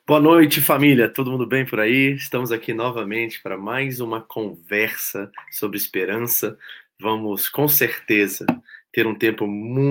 Boa noite, família. Todo mundo bem por aí? Estamos aqui novamente para mais uma conversa sobre esperança. Vamos, com certeza, ter um tempo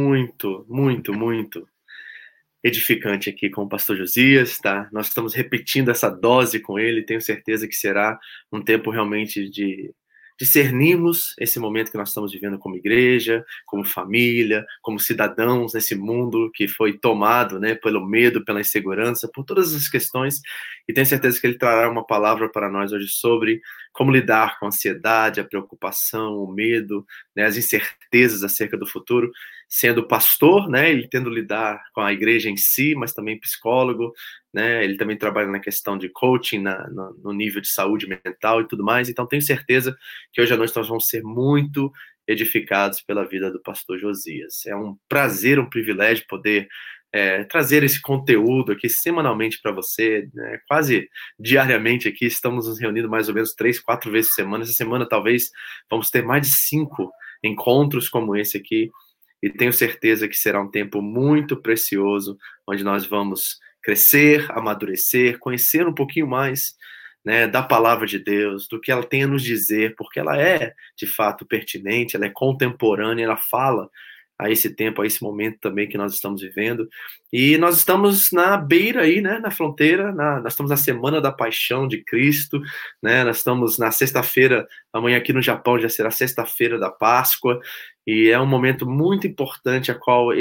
muito edificante aqui com o pastor Josias, tá? Nós estamos repetindo essa dose com ele. Tenho certeza que será um tempo realmente de discernirmos esse momento que nós estamos vivendo como igreja, como família, como cidadãos nesse mundo que foi tomado, né, pelo medo, pela insegurança, por todas as questões. E tenho certeza que ele trará uma palavra para nós hoje sobre como lidar com a ansiedade, a preocupação, o medo, né, as incertezas acerca do futuro, sendo pastor, né, ele tendo lidar com a igreja em si, mas também psicólogo, né, ele também trabalha na questão de coaching, no nível de saúde mental e tudo mais. Então tenho certeza que hoje à noite nós vamos ser muito edificados pela vida do pastor Josias. É um prazer, um privilégio poder trazer esse conteúdo aqui semanalmente para você, né? Quase diariamente aqui, estamos nos reunindo mais ou menos 3, 4 vezes por semana. Essa semana talvez vamos ter mais de 5 encontros como esse aqui, e tenho certeza que será um tempo muito precioso, onde nós vamos crescer, amadurecer, conhecer um pouquinho mais, né, da palavra de Deus, do que ela tem a nos dizer, porque ela é, de fato, pertinente, ela é contemporânea, ela fala a esse tempo, a esse momento também que nós estamos vivendo. E nós estamos na beira aí, né, na fronteira, nós estamos na Semana da Paixão de Cristo, né, nós estamos na sexta-feira, amanhã aqui no Japão já será sexta-feira da Páscoa, e é um momento muito importante a qual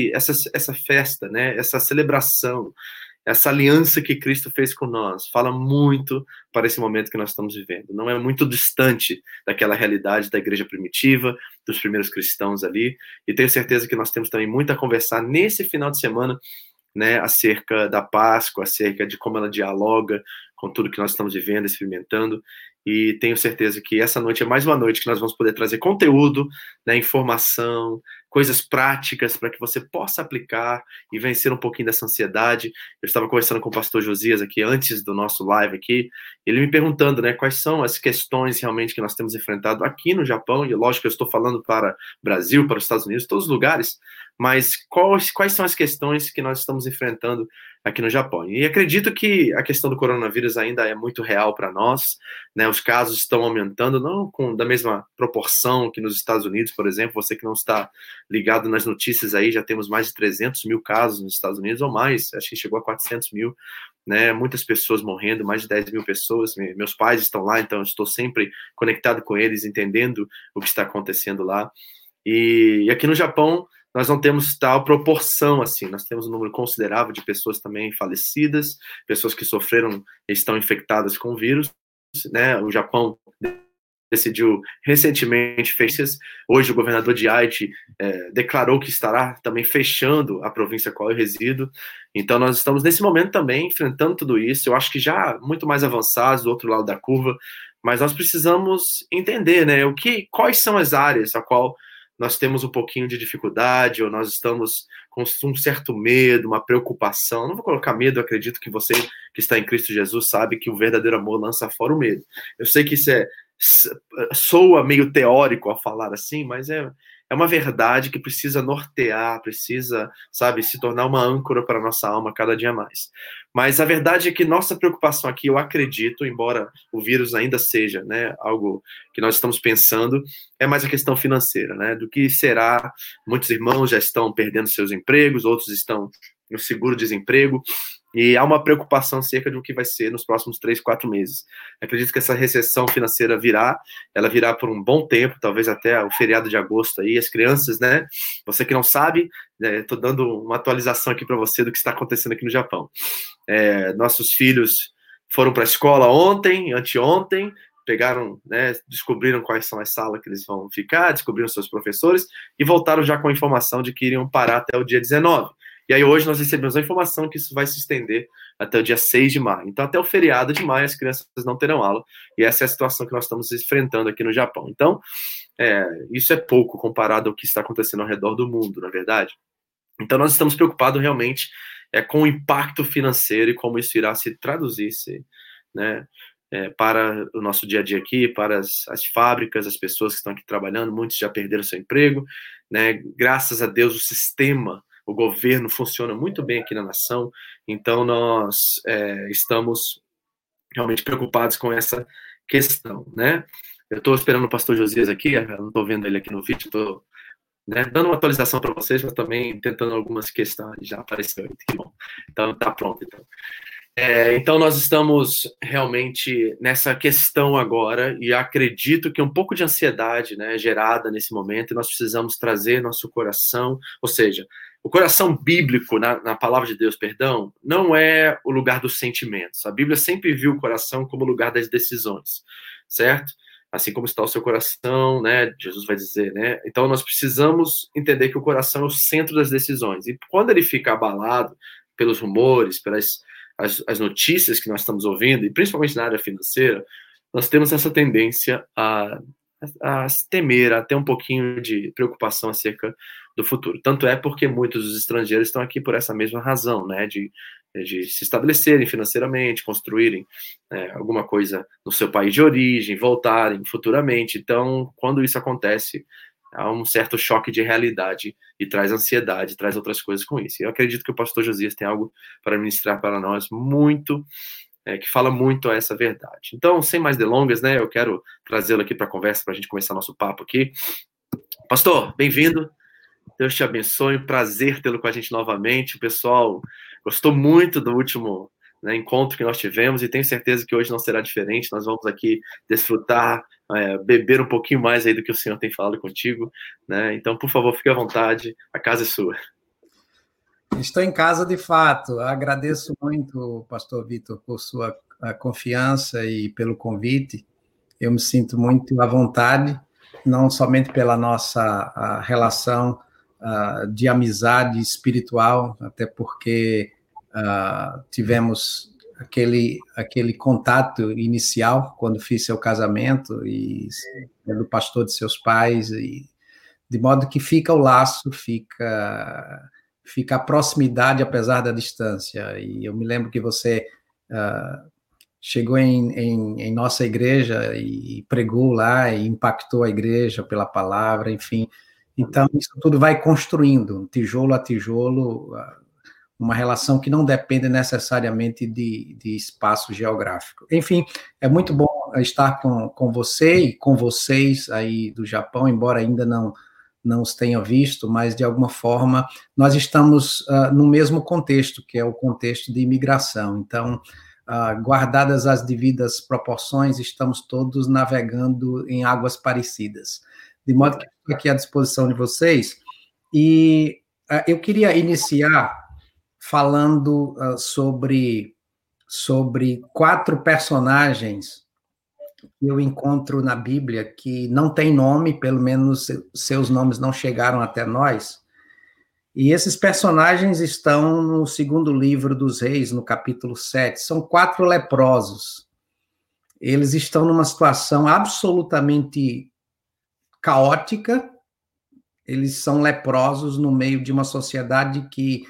essa festa, né, essa celebração, essa aliança que Cristo fez com nós, fala muito para esse momento que nós estamos vivendo. Não é muito distante daquela realidade da igreja primitiva, dos primeiros cristãos ali, e tenho certeza que nós temos também muito a conversar nesse final de semana, né, acerca da Páscoa, acerca de como ela dialoga com tudo que nós estamos vivendo, experimentando, e tenho certeza que essa noite é mais uma noite que nós vamos poder trazer conteúdo, né, informação, coisas práticas para que você possa aplicar e vencer um pouquinho dessa ansiedade. Eu estava conversando com o pastor Josias aqui antes do nosso live aqui, ele me perguntando, né, quais são as questões realmente que nós temos enfrentado aqui no Japão, e lógico que eu estou falando para o Brasil, para os Estados Unidos, todos os lugares, mas quais são as questões que nós estamos enfrentando aqui no Japão? E acredito que a questão do coronavírus ainda é muito real para nós, né? Os casos estão aumentando, não da mesma proporção que nos Estados Unidos, por exemplo. Você que não está ligado nas notícias aí, já temos mais de 300 mil casos nos Estados Unidos, ou mais, acho que chegou a 400 mil, né? Muitas pessoas morrendo, mais de 10 mil pessoas. Meus pais estão lá, então eu estou sempre conectado com eles, entendendo o que está acontecendo lá. E aqui no Japão, nós não temos tal proporção assim, nós temos um número considerável de pessoas também falecidas, pessoas que sofreram, estão infectadas com o vírus, né? O Japão decidiu recentemente fechar. Hoje o governador de Haiti declarou que estará também fechando a província a qual eu resido. Então nós estamos nesse momento também enfrentando tudo isso. Eu acho que já muito mais avançados do outro lado da curva, mas nós precisamos entender, né, quais são as áreas a qual nós temos um pouquinho de dificuldade, ou nós estamos com um certo medo, uma preocupação. Não vou colocar medo, eu acredito que você que está em Cristo Jesus sabe que o verdadeiro amor lança fora o medo. Eu sei que isso soa meio teórico a falar assim, mas é uma verdade que precisa nortear, precisa, sabe, se tornar uma âncora para a nossa alma cada dia mais. Mas a verdade é que nossa preocupação aqui, eu acredito, embora o vírus ainda seja, né, algo que nós estamos pensando, é mais a questão financeira, né, do que será. Muitos irmãos já estão perdendo seus empregos, outros estão no seguro-desemprego, e há uma preocupação acerca do que vai ser nos próximos 3, 4 meses. Acredito que essa recessão financeira ela virá por um bom tempo, talvez até o feriado de agosto aí. As crianças, né? Você que não sabe, estou dando uma atualização aqui para você do que está acontecendo aqui no Japão. Nossos filhos foram para a escola ontem, anteontem, pegaram, né, descobriram quais são as salas que eles vão ficar, descobriram seus professores e voltaram já com a informação de que iriam parar até o dia 19. E aí hoje nós recebemos a informação que isso vai se estender até o dia 6 de maio. Então até o feriado de maio as crianças não terão aula, e essa é a situação que nós estamos enfrentando aqui no Japão. Então, isso é pouco comparado ao que está acontecendo ao redor do mundo, na verdade. Então nós estamos preocupados realmente com o impacto financeiro e como isso irá se traduzir, né, para o nosso dia a dia aqui, para as fábricas, as pessoas que estão aqui trabalhando. Muitos já perderam seu emprego, né? Graças a Deus o sistema, o governo funciona muito bem aqui na nação, então nós estamos realmente preocupados com essa questão, né? Eu estou esperando o pastor Josias aqui, eu não estou vendo ele aqui no vídeo, estou dando uma atualização para vocês, mas também tentando algumas questões. Já apareceu aí, que bom. Então, tá pronto. Então, nós estamos realmente nessa questão agora, e acredito que um pouco de ansiedade, né, é gerada nesse momento, e nós precisamos trazer nosso coração, ou seja, o coração bíblico, na palavra de Deus, perdão, não é o lugar dos sentimentos. A Bíblia sempre viu o coração como o lugar das decisões, certo? Assim como está o seu coração, né? Jesus vai dizer, né? Então nós precisamos entender que o coração é o centro das decisões. E quando ele fica abalado pelos rumores, pelas as notícias que nós estamos ouvindo, e principalmente na área financeira, nós temos essa tendência a temer, a ter um pouquinho de preocupação acerca do futuro. Tanto é porque muitos dos estrangeiros estão aqui por essa mesma razão, né? De se estabelecerem financeiramente, construírem alguma coisa no seu país de origem, voltarem futuramente. Então, quando isso acontece, há um certo choque de realidade e traz ansiedade, traz outras coisas com isso. E eu acredito que o pastor Josias tem algo para ministrar para nós muito, que fala muito a essa verdade. Então, sem mais delongas, né, eu quero trazê-lo aqui para a conversa, para a gente começar nosso papo aqui. Pastor, bem-vindo. Deus te abençoe, prazer tê-lo com a gente novamente. O pessoal gostou muito do último encontro que nós tivemos e tenho certeza que hoje não será diferente. Nós vamos aqui desfrutar, beber um pouquinho mais aí do que o Senhor tem falado contigo, né? Então, por favor, fique à vontade, a casa é sua. Estou em casa de fato. Agradeço muito, pastor Vitor, por sua confiança e pelo convite. Eu me sinto muito à vontade, não somente pela nossa relação de amizade espiritual, até porque tivemos aquele contato inicial quando fiz seu casamento e do pastor de seus pais, e de modo que fica o laço, fica a proximidade apesar da distância. E eu me lembro que você chegou em nossa igreja e pregou lá e impactou a igreja pela palavra, enfim. Então, isso tudo vai construindo, tijolo a tijolo, uma relação que não depende necessariamente de espaço geográfico. Enfim, é muito bom estar com você e com vocês aí do Japão, embora ainda não os tenha visto, mas, de alguma forma, nós estamos no mesmo contexto, que é o contexto de imigração. Então, guardadas as devidas proporções, estamos todos navegando em águas parecidas. De modo que estou aqui à disposição de vocês. E eu queria iniciar falando sobre 4 personagens que eu encontro na Bíblia que não tem nome, pelo menos seus nomes não chegaram até nós. E esses personagens estão no 2º livro dos Reis, no capítulo 7. São 4 leprosos. Eles estão numa situação absolutamente caótica. Eles são leprosos no meio de uma sociedade que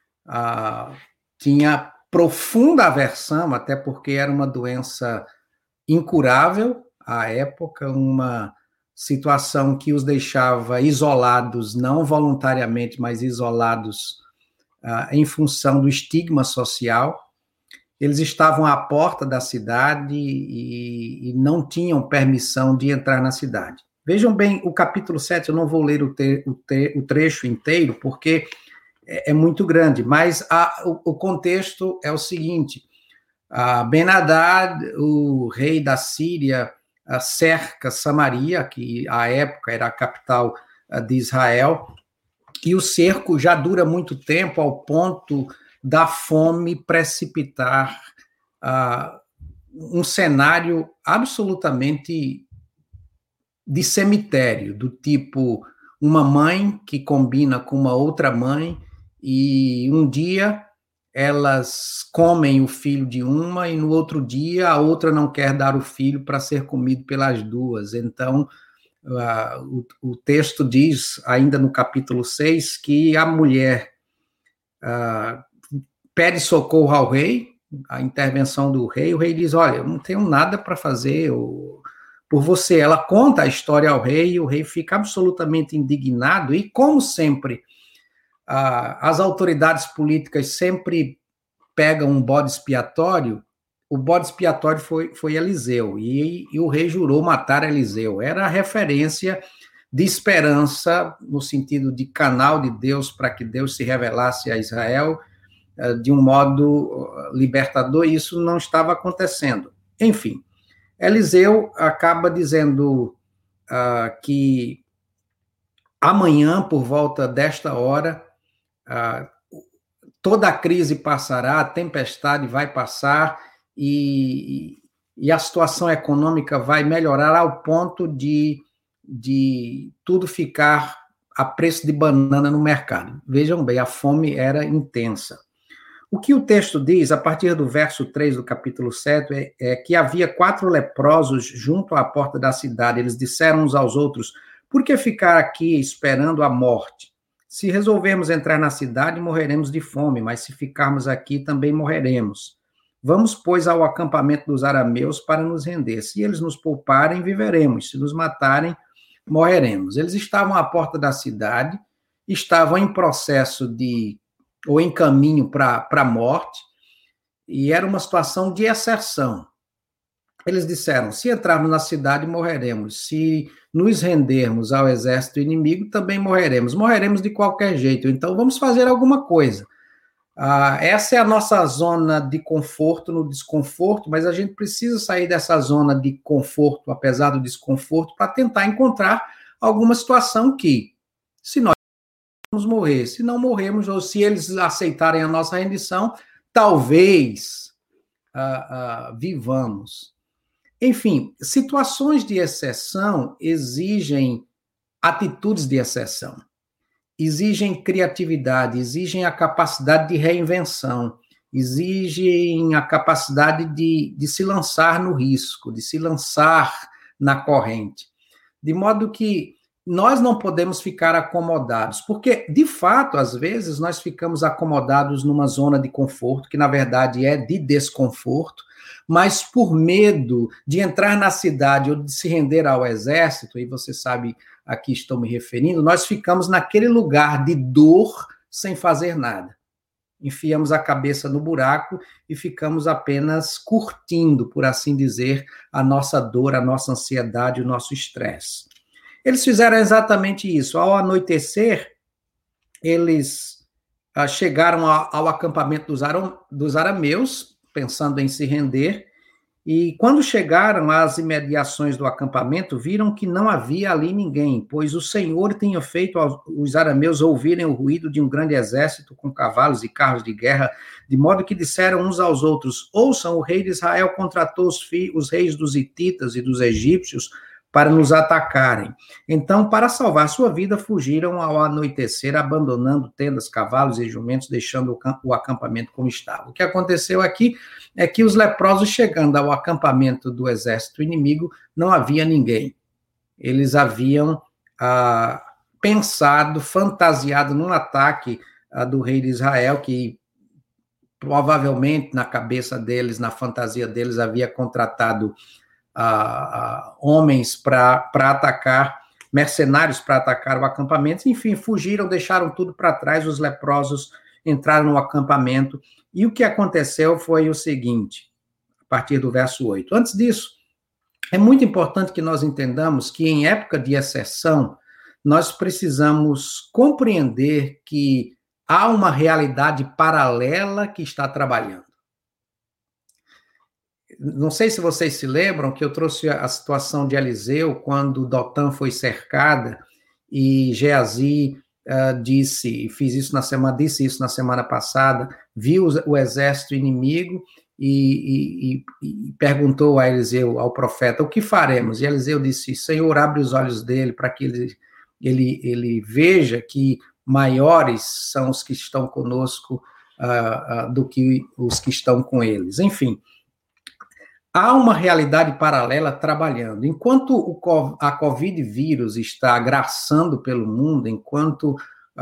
tinha profunda aversão, até porque era uma doença incurável à época, uma situação que os deixava isolados, não voluntariamente, mas isolados em função do estigma social. Eles estavam à porta da cidade e não tinham permissão de entrar na cidade. Vejam bem, o capítulo 7, eu não vou ler o trecho inteiro, porque é muito grande, mas o contexto é o seguinte: Ben-Hadad, o rei da Síria, cerca Samaria, que à época era a capital de Israel, e o cerco já dura muito tempo, ao ponto da fome precipitar um cenário absolutamente de cemitério, do tipo uma mãe que combina com uma outra mãe, e um dia elas comem o filho de uma e no outro dia a outra não quer dar o filho para ser comido pelas duas. Então, o texto diz, ainda no capítulo 6, que a mulher pede socorro ao rei, a intervenção do rei. O rei diz: olha, eu não tenho nada para fazer por você. Ela conta a história ao rei e o rei fica absolutamente indignado e, como sempre, as autoridades políticas sempre pegam um bode expiatório. O bode expiatório foi Eliseu, e o rei jurou matar Eliseu. Era a referência de esperança, no sentido de canal de Deus, para que Deus se revelasse a Israel de um modo libertador, e isso não estava acontecendo. Enfim, Eliseu acaba dizendo que amanhã, por volta desta hora, toda a crise passará, a tempestade vai passar e a situação econômica vai melhorar ao ponto de tudo ficar a preço de banana no mercado. Vejam bem, a fome era intensa. O que o texto diz, a partir do verso 3 do capítulo 7, é que havia 4 leprosos junto à porta da cidade. Eles disseram uns aos outros: por que ficar aqui esperando a morte? Se resolvermos entrar na cidade, morreremos de fome, mas se ficarmos aqui, também morreremos. Vamos, pois, ao acampamento dos arameus para nos render. Se eles nos pouparem, viveremos. Se nos matarem, morreremos. Eles estavam à porta da cidade, estavam em processo ou em caminho para a morte, e era uma situação de exceção. Eles disseram: se entrarmos na cidade, morreremos. Se nos rendermos ao exército inimigo, também morreremos. Morreremos de qualquer jeito, então vamos fazer alguma coisa. Essa é a nossa zona de conforto no desconforto, mas a gente precisa sair dessa zona de conforto, apesar do desconforto, para tentar encontrar alguma situação que, se nós vamos morrer, se não morrermos, ou se eles aceitarem a nossa rendição, talvez vivamos. Enfim, situações de exceção exigem atitudes de exceção, exigem criatividade, exigem a capacidade de reinvenção, exigem a capacidade de se lançar no risco, de se lançar na corrente. De modo que nós não podemos ficar acomodados, porque, de fato, às vezes, nós ficamos acomodados numa zona de conforto, que, na verdade, é de desconforto, mas por medo de entrar na cidade ou de se render ao exército, e você sabe a que estou me referindo, nós ficamos naquele lugar de dor sem fazer nada. Enfiamos a cabeça no buraco e ficamos apenas curtindo, por assim dizer, a nossa dor, a nossa ansiedade, o nosso estresse. Eles fizeram exatamente isso. Ao anoitecer, eles chegaram ao acampamento dos arameus, pensando em se render, e quando chegaram às imediações do acampamento, viram que não havia ali ninguém, pois o Senhor tinha feito os arameus ouvirem o ruído de um grande exército com cavalos e carros de guerra, de modo que disseram uns aos outros: ouçam, o rei de Israel contratou os reis dos hititas e dos egípcios para nos atacarem. Então, para salvar sua vida, fugiram ao anoitecer, abandonando tendas, cavalos e jumentos, deixando o acampamento como estava. O que aconteceu aqui é que os leprosos, chegando ao acampamento do exército inimigo, não havia ninguém. Eles haviam pensado, fantasiado num ataque do rei de Israel, que provavelmente na cabeça deles, na fantasia deles, havia contratado homens para atacar, mercenários para atacar o acampamento. Enfim, fugiram, deixaram tudo para trás. Os leprosos entraram no acampamento, e o que aconteceu foi o seguinte, a partir do verso 8. Antes disso, é muito importante que nós entendamos que em época de exceção, nós precisamos compreender que há uma realidade paralela que está trabalhando. Não sei se vocês se lembram que eu trouxe a situação de Eliseu, quando Dotã foi cercada, e Geazi disse isso na semana passada, viu o exército inimigo e perguntou a Eliseu, ao profeta: o que faremos? E Eliseu disse: Senhor, abre os olhos dele para que ele veja que maiores são os que estão conosco do que os que estão com eles. Enfim, há uma realidade paralela trabalhando. Enquanto a Covid vírus está agraçando pelo mundo, enquanto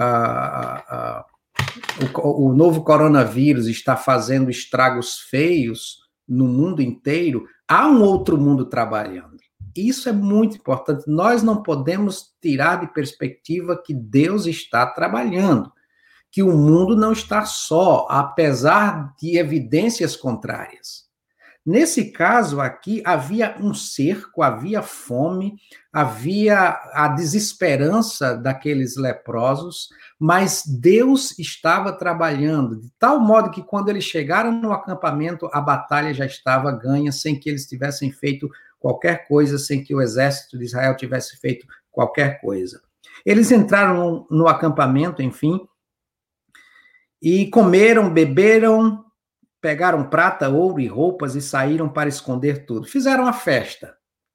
o novo coronavírus está fazendo estragos feios no mundo inteiro, há um outro mundo trabalhando. Isso é muito importante. Nós não podemos tirar de perspectiva que Deus está trabalhando. que o mundo não está só, apesar de evidências contrárias. Nesse caso aqui, havia um cerco, havia fome, havia a desesperança daqueles leprosos, mas Deus estava trabalhando, de tal modo que quando eles chegaram no acampamento, a batalha já estava ganha, sem que eles tivessem feito qualquer coisa, sem que o exército de Israel tivesse feito qualquer coisa. Eles entraram no acampamento, enfim, e comeram, beberam, pegaram prata, ouro e roupas e saíram para esconder tudo. Fizeram a festa.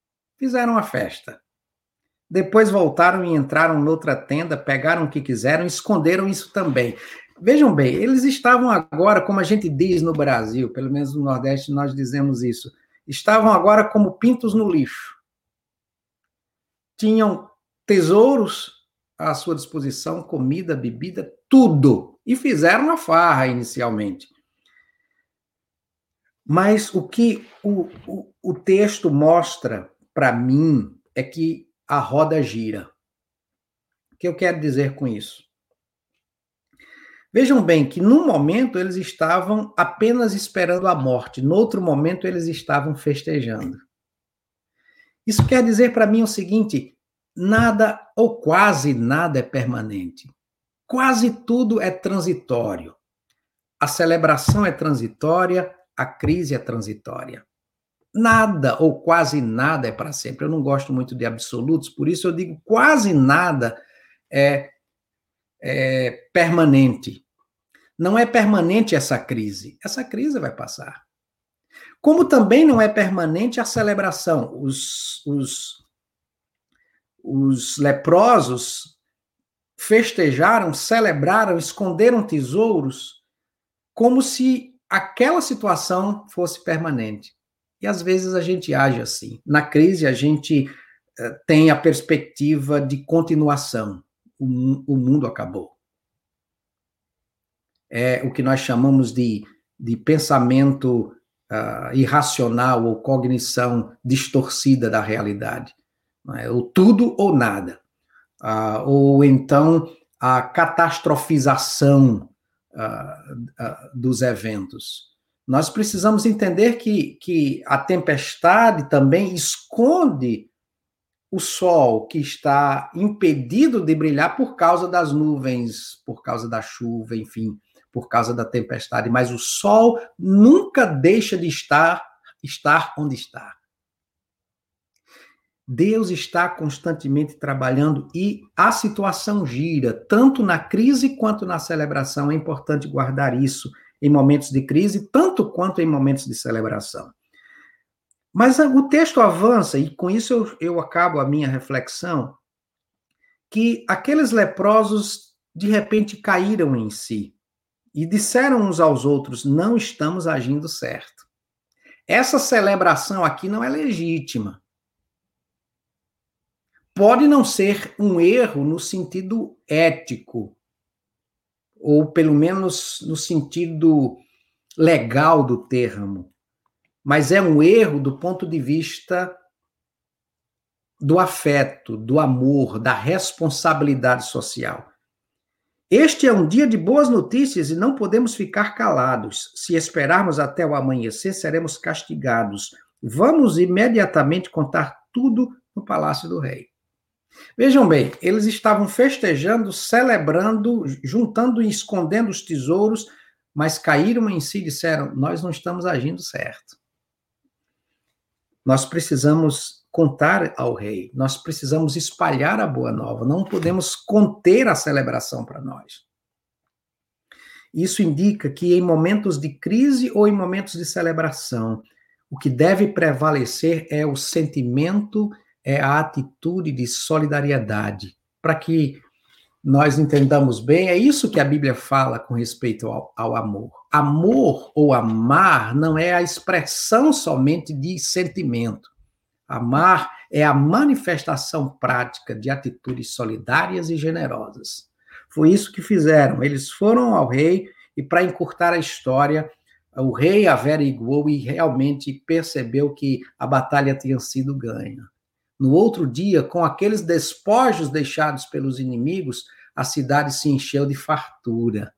Depois voltaram e entraram noutra tenda, pegaram o que quiseram e esconderam isso também. Vejam bem, eles estavam agora, como a gente diz no Brasil, pelo menos no Nordeste nós dizemos isso, estavam agora como pintos no lixo. Tinham tesouros à sua disposição, comida, bebida, tudo. E fizeram a farra inicialmente. Mas o que o texto mostra para mim é que a roda gira. O que eu quero dizer com isso? Vejam bem que num momento eles estavam apenas esperando a morte, no outro momento eles estavam festejando. Isso quer dizer para mim o seguinte: nada ou quase nada é permanente. Quase tudo é transitório. A celebração é transitória, a crise é transitória. Nada ou quase nada é para sempre. Eu não gosto muito de absolutos, por isso eu digo quase nada é permanente. Não é permanente essa crise. Essa crise vai passar. Como também não é permanente a celebração. Os leprosos festejaram, celebraram, esconderam tesouros como se aquela situação fosse permanente. E às vezes a gente age assim. Na crise a gente tem a perspectiva de continuação. O mundo acabou. É o que nós chamamos de pensamento irracional ou cognição distorcida da realidade. Não é? Ou tudo ou nada. Ou então a catastrofização dos eventos. Nós precisamos entender que a tempestade também esconde o sol que está impedido de brilhar por causa das nuvens, por causa da chuva, enfim, por causa da tempestade, mas o sol nunca deixa de estar onde está. Deus está constantemente trabalhando e a situação gira, tanto na crise quanto na celebração. É importante guardar isso em momentos de crise, tanto quanto em momentos de celebração. Mas o texto avança, e com isso eu acabo a minha reflexão, que aqueles leprosos, de repente, caíram em si e disseram uns aos outros: não estamos agindo certo. Essa celebração aqui não é legítima. Pode não ser um erro no sentido ético, ou pelo menos no sentido legal do termo, mas é um erro do ponto de vista do afeto, do amor, da responsabilidade social. Este é um dia de boas notícias e não podemos ficar calados. Se esperarmos até o amanhecer, seremos castigados. Vamos imediatamente contar tudo no palácio do rei. Vejam bem, eles estavam festejando, celebrando, juntando e escondendo os tesouros, mas caíram em si e disseram: nós não estamos agindo certo. Nós precisamos contar ao rei, nós precisamos espalhar a boa nova, não podemos conter a celebração para nós. Isso indica que em momentos de crise ou em momentos de celebração, o que deve prevalecer é o sentimento, é a atitude de solidariedade, para que nós entendamos bem, é isso que a Bíblia fala com respeito ao amor. Amor ou amar não é a expressão somente de sentimento. Amar é a manifestação prática de atitudes solidárias e generosas. Foi isso que fizeram. Eles foram ao rei e, para encurtar a história, o rei averiguou e realmente percebeu que a batalha tinha sido ganha. No outro dia, com aqueles despojos deixados pelos inimigos, a cidade se encheu de fartura.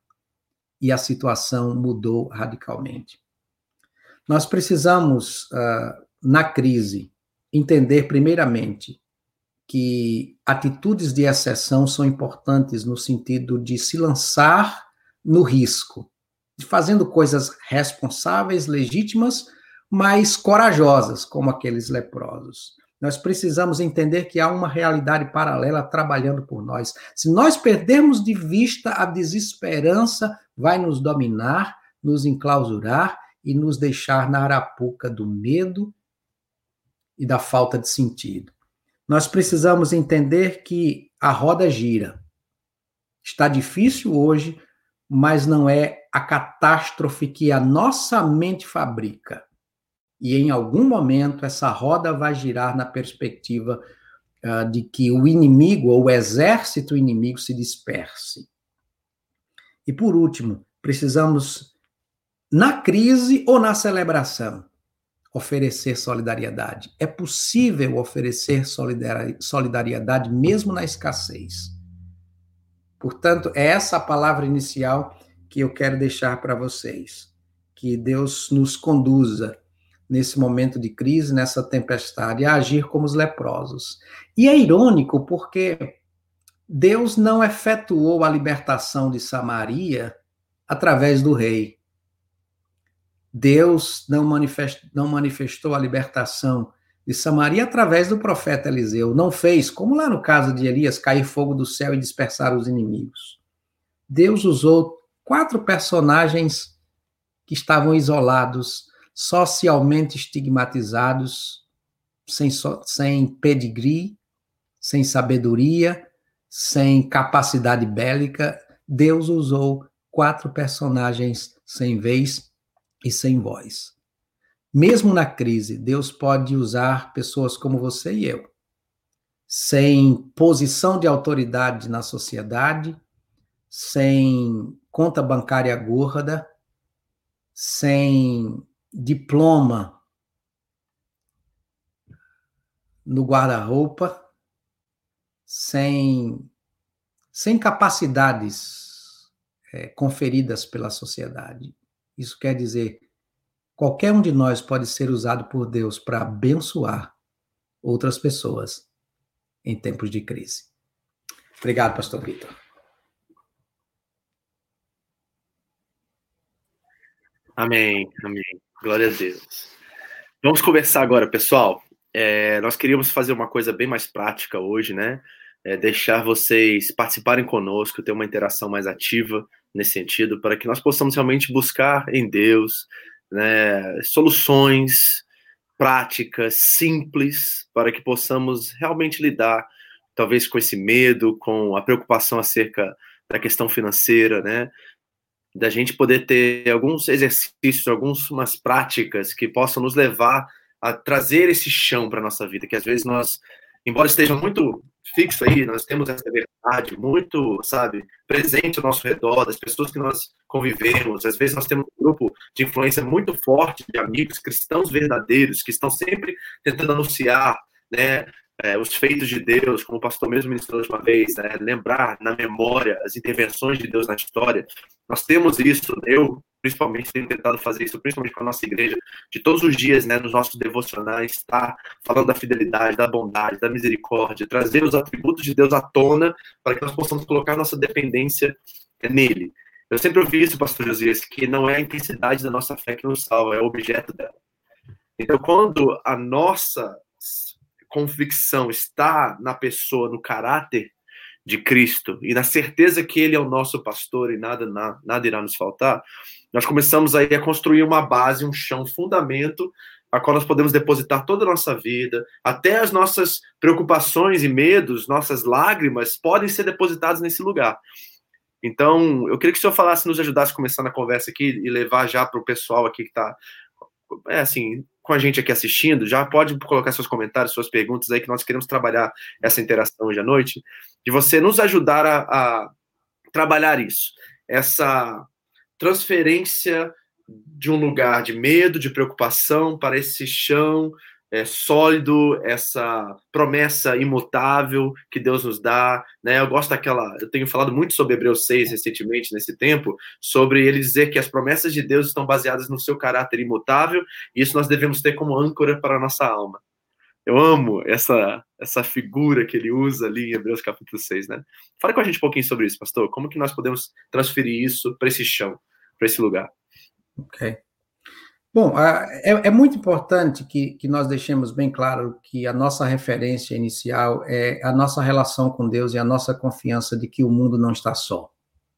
e a situação mudou radicalmente. Nós precisamos, na crise, entender, primeiramente, que atitudes de exceção são importantes no sentido de se lançar no risco, fazendo coisas responsáveis, legítimas, mas corajosas, como aqueles leprosos. Nós precisamos entender que há uma realidade paralela trabalhando por nós. Se nós perdermos de vista, a desesperança vai nos dominar, nos enclausurar e nos deixar na arapuca do medo e da falta de sentido. Nós precisamos entender que a roda gira. Está difícil hoje, mas não é a catástrofe que a nossa mente fabrica. E em algum momento essa roda vai girar na perspectiva de que o inimigo ou o exército inimigo se disperse. E por último, precisamos, na crise ou na celebração, oferecer solidariedade. É possível oferecer solidariedade mesmo na escassez. Portanto, é essa a palavra inicial que eu quero deixar para vocês. Que Deus nos conduza nesse momento de crise, nessa tempestade, a agir como os leprosos. E é irônico porque Deus não efetuou a libertação de Samaria através do rei. Deus não manifestou a libertação de Samaria através do profeta Eliseu. Não fez, como lá no caso de Elias, cair fogo do céu e dispersar os inimigos. Deus usou 4 personagens que estavam isolados, socialmente estigmatizados, sem pedigree, sem sabedoria, sem capacidade bélica. Deus usou 4 personagens sem vez e sem voz. Mesmo na crise, Deus pode usar pessoas como você e eu, sem posição de autoridade na sociedade, sem conta bancária gorda, sem diploma no guarda-roupa, sem capacidades conferidas pela sociedade. Isso quer dizer, qualquer um de nós pode ser usado por Deus para abençoar outras pessoas em tempos de crise. Obrigado, pastor Vitor. Amém, amém. Glória a Deus. Vamos conversar agora, pessoal. Nós queríamos fazer uma coisa bem mais prática hoje, né? Deixar vocês participarem conosco, ter uma interação mais ativa nesse sentido, para que nós possamos realmente buscar em Deus, né, soluções práticas, simples, para que possamos realmente lidar, talvez, com esse medo, com a preocupação acerca da questão financeira, né? Da gente poder ter alguns exercícios, algumas práticas que possam nos levar a trazer esse chão para a nossa vida, que às vezes nós, embora esteja muito fixo aí, nós temos essa verdade muito, sabe, presente ao nosso redor, das pessoas que nós convivemos. Às vezes nós temos um grupo de influência muito forte de amigos cristãos verdadeiros que estão sempre tentando anunciar, né, os feitos de Deus, como o pastor mesmo ministrou de uma vez, né, lembrar na memória as intervenções de Deus na história. Nós temos isso, eu principalmente tenho tentado fazer isso, principalmente com a nossa igreja, de todos os dias, né, nos nossos devocionais, estar falando da fidelidade, da bondade, da misericórdia, trazer os atributos de Deus à tona, para que nós possamos colocar nossa dependência nele. Eu sempre ouvi isso, pastor Josias, que não é a intensidade da nossa fé que nos salva, é o objeto dela. Então, quando a nossa convicção está na pessoa, no caráter de Cristo, e na certeza que Ele é o nosso pastor e nada irá nos faltar, nós começamos aí a construir uma base, um chão, um fundamento, a qual nós podemos depositar toda a nossa vida, até as nossas preocupações e medos, nossas lágrimas, podem ser depositadas nesse lugar. Então, eu queria que o senhor falasse, nos ajudasse a começar na conversa aqui e levar já para o pessoal aqui que está, assim, com a gente aqui assistindo, já pode colocar seus comentários, suas perguntas aí, que nós queremos trabalhar essa interação hoje à noite, de você nos ajudar a trabalhar isso, essa transferência de um lugar de medo, de preocupação, para esse chão sólido, essa promessa imutável que Deus nos dá, né? Eu tenho falado muito sobre Hebreus 6 recentemente, nesse tempo, sobre ele dizer que as promessas de Deus estão baseadas no seu caráter imutável, e isso nós devemos ter como âncora para a nossa alma. Eu amo essa figura que ele usa ali em Hebreus capítulo 6, né? Fale com a gente um pouquinho sobre isso, pastor. Como que nós podemos transferir isso para esse chão, para esse lugar? Ok. Bom, é muito importante que nós deixemos bem claro que a nossa referência inicial é a nossa relação com Deus e a nossa confiança de que o mundo não está só.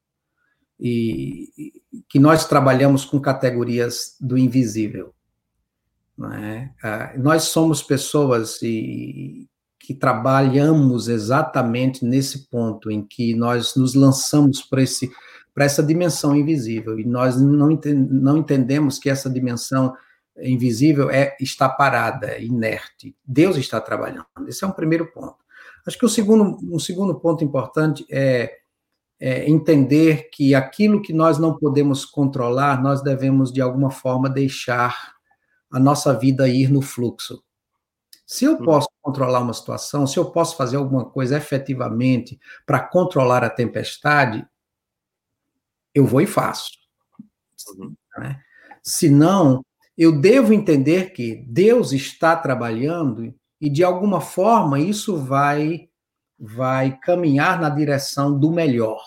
E que nós trabalhamos com categorias do invisível. Não é? Nós somos pessoas que trabalhamos exatamente nesse ponto em que nós nos lançamos para essa dimensão invisível, e nós não entendemos que essa dimensão invisível está parada, é inerte. Deus está trabalhando. Esse é um primeiro ponto. Acho que um segundo ponto importante é entender que aquilo que nós não podemos controlar, nós devemos, de alguma forma, deixar a nossa vida ir no fluxo. Se eu posso controlar uma situação, se eu posso fazer alguma coisa efetivamente para controlar a tempestade, eu vou e faço. Né? Se não, eu devo entender que Deus está trabalhando e, de alguma forma, isso vai caminhar na direção do melhor.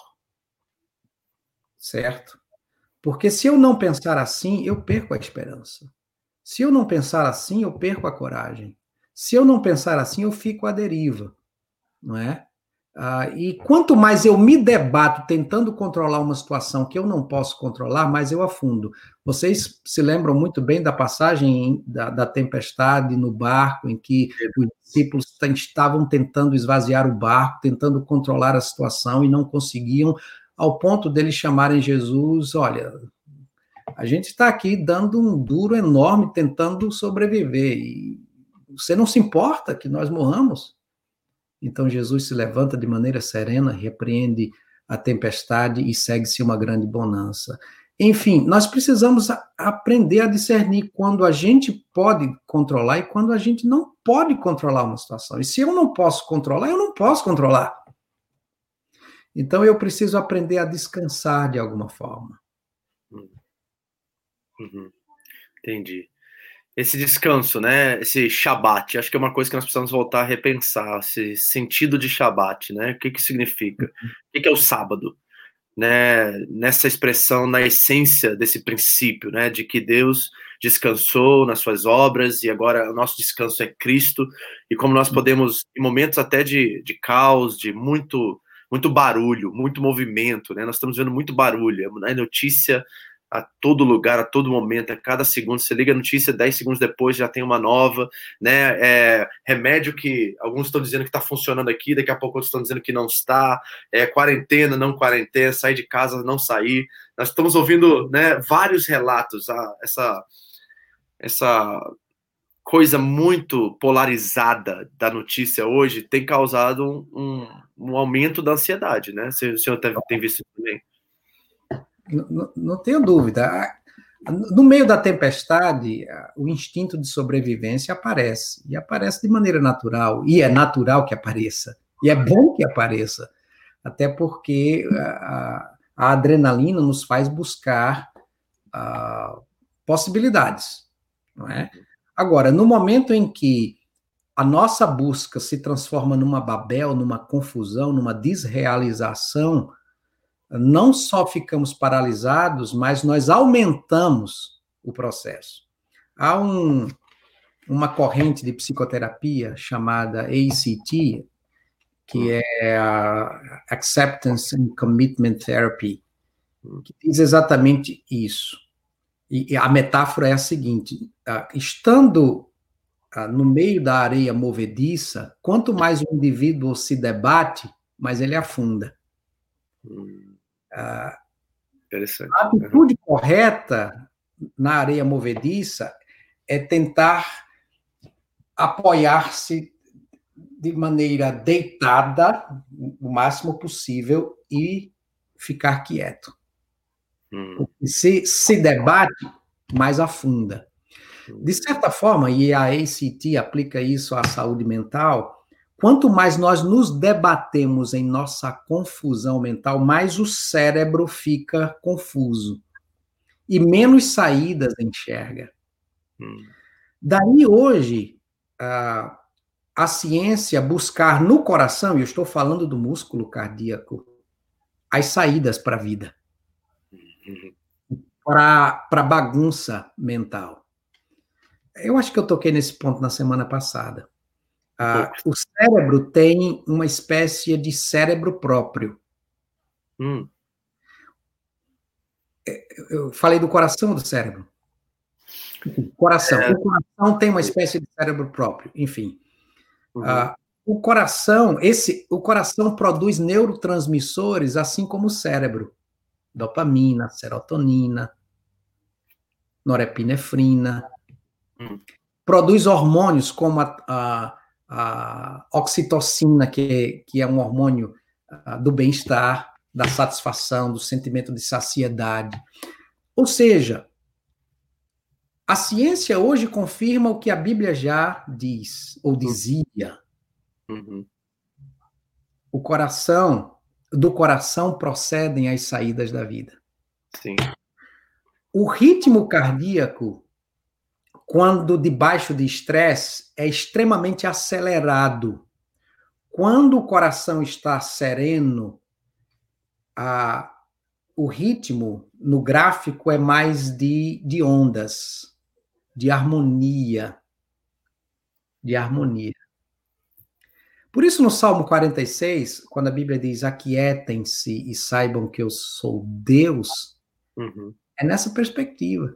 Certo? Porque se eu não pensar assim, eu perco a esperança. Se eu não pensar assim, eu perco a coragem. Se eu não pensar assim, eu fico à deriva, não é? E quanto mais eu me debato tentando controlar uma situação que eu não posso controlar, mais eu afundo. Vocês se lembram muito bem da passagem da tempestade no barco, em que os discípulos estavam tentando esvaziar o barco, tentando controlar a situação e não conseguiam, ao ponto deles chamarem Jesus: olha, a gente está aqui dando um duro enorme, tentando sobreviver, e você não se importa que nós morramos? Então Jesus se levanta de maneira serena, repreende a tempestade e segue-se uma grande bonança. Enfim, nós precisamos aprender a discernir quando a gente pode controlar e quando a gente não pode controlar uma situação. E se eu não posso controlar, eu não posso controlar. Então eu preciso aprender a descansar de alguma forma. Entendi. Esse descanso, né? Esse Shabat, acho que é uma coisa que nós precisamos voltar a repensar, esse sentido de Shabat, né? O que significa? O que é o sábado? Né? Nessa expressão, na essência desse princípio, né? De que Deus descansou nas suas obras e agora o nosso descanso é Cristo, e como nós podemos, em momentos até de caos, de muito barulho, muito movimento, né? Nós estamos vendo muito barulho, né? Notícia a todo lugar, a todo momento, a cada segundo. Você liga a notícia, 10 segundos depois já tem uma nova, né? Remédio que alguns estão dizendo que está funcionando aqui, daqui a pouco outros estão dizendo que não está, quarentena, não quarentena, sair de casa, não sair. Nós estamos ouvindo, né, vários relatos, essa coisa muito polarizada da notícia hoje tem causado um aumento da ansiedade, né? O senhor tem visto isso também? Não tenho dúvida. No meio da tempestade, o instinto de sobrevivência aparece, e aparece de maneira natural, e é natural que apareça, e é bom que apareça, até porque a adrenalina nos faz buscar possibilidades, não é? Agora, no momento em que a nossa busca se transforma numa Babel, numa confusão, numa desrealização, não só ficamos paralisados, mas nós aumentamos o processo. Há uma corrente de psicoterapia chamada ACT, que é a Acceptance and Commitment Therapy, que diz exatamente isso. E a metáfora é a seguinte: estando no meio da areia movediça, quanto mais o indivíduo se debate, mais ele afunda. Interessante. A atitude correta na areia movediça é tentar apoiar-se de maneira deitada, o máximo possível, e ficar quieto. Se debate, mais afunda. De certa forma, e a ACT aplica isso à saúde mental, quanto mais nós nos debatemos em nossa confusão mental, mais o cérebro fica confuso e menos saídas enxerga. Daí hoje, a ciência buscar no coração, e eu estou falando do músculo cardíaco, as saídas para a vida, para a bagunça mental. Eu acho que eu toquei nesse ponto na semana passada. O cérebro tem uma espécie de cérebro próprio. Eu falei do coração ou do cérebro? Coração. O coração tem uma espécie de cérebro próprio, enfim. O coração produz neurotransmissores, assim como o cérebro. Dopamina, serotonina, norepinefrina. Produz hormônios como a oxitocina, que é um hormônio do bem-estar, da satisfação, do sentimento de saciedade. Ou seja, a ciência hoje confirma o que a Bíblia já diz, ou dizia. Do coração procedem as saídas da vida. Sim. O ritmo cardíaco, quando debaixo de estresse, é extremamente acelerado. Quando o coração está sereno, o ritmo no gráfico é mais de ondas, de harmonia. Por isso, no Salmo 46, quando a Bíblia diz aquietem-se e saibam que eu sou Deus, é nessa perspectiva.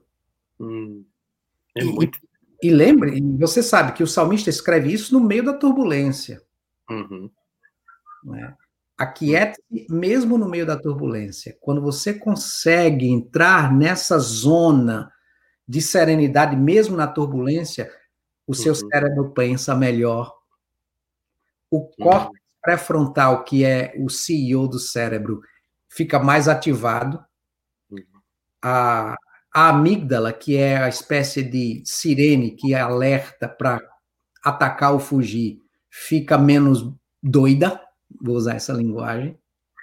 E lembre, você sabe que o salmista escreve isso no meio da turbulência. Não é? Aquiete-se mesmo no meio da turbulência. Quando você consegue entrar nessa zona de serenidade, mesmo na turbulência, o seu cérebro pensa melhor. O córtex pré-frontal, que é o CEO do cérebro, fica mais ativado. A amígdala, que é a espécie de sirene que alerta para atacar ou fugir, fica menos doida, vou usar essa linguagem.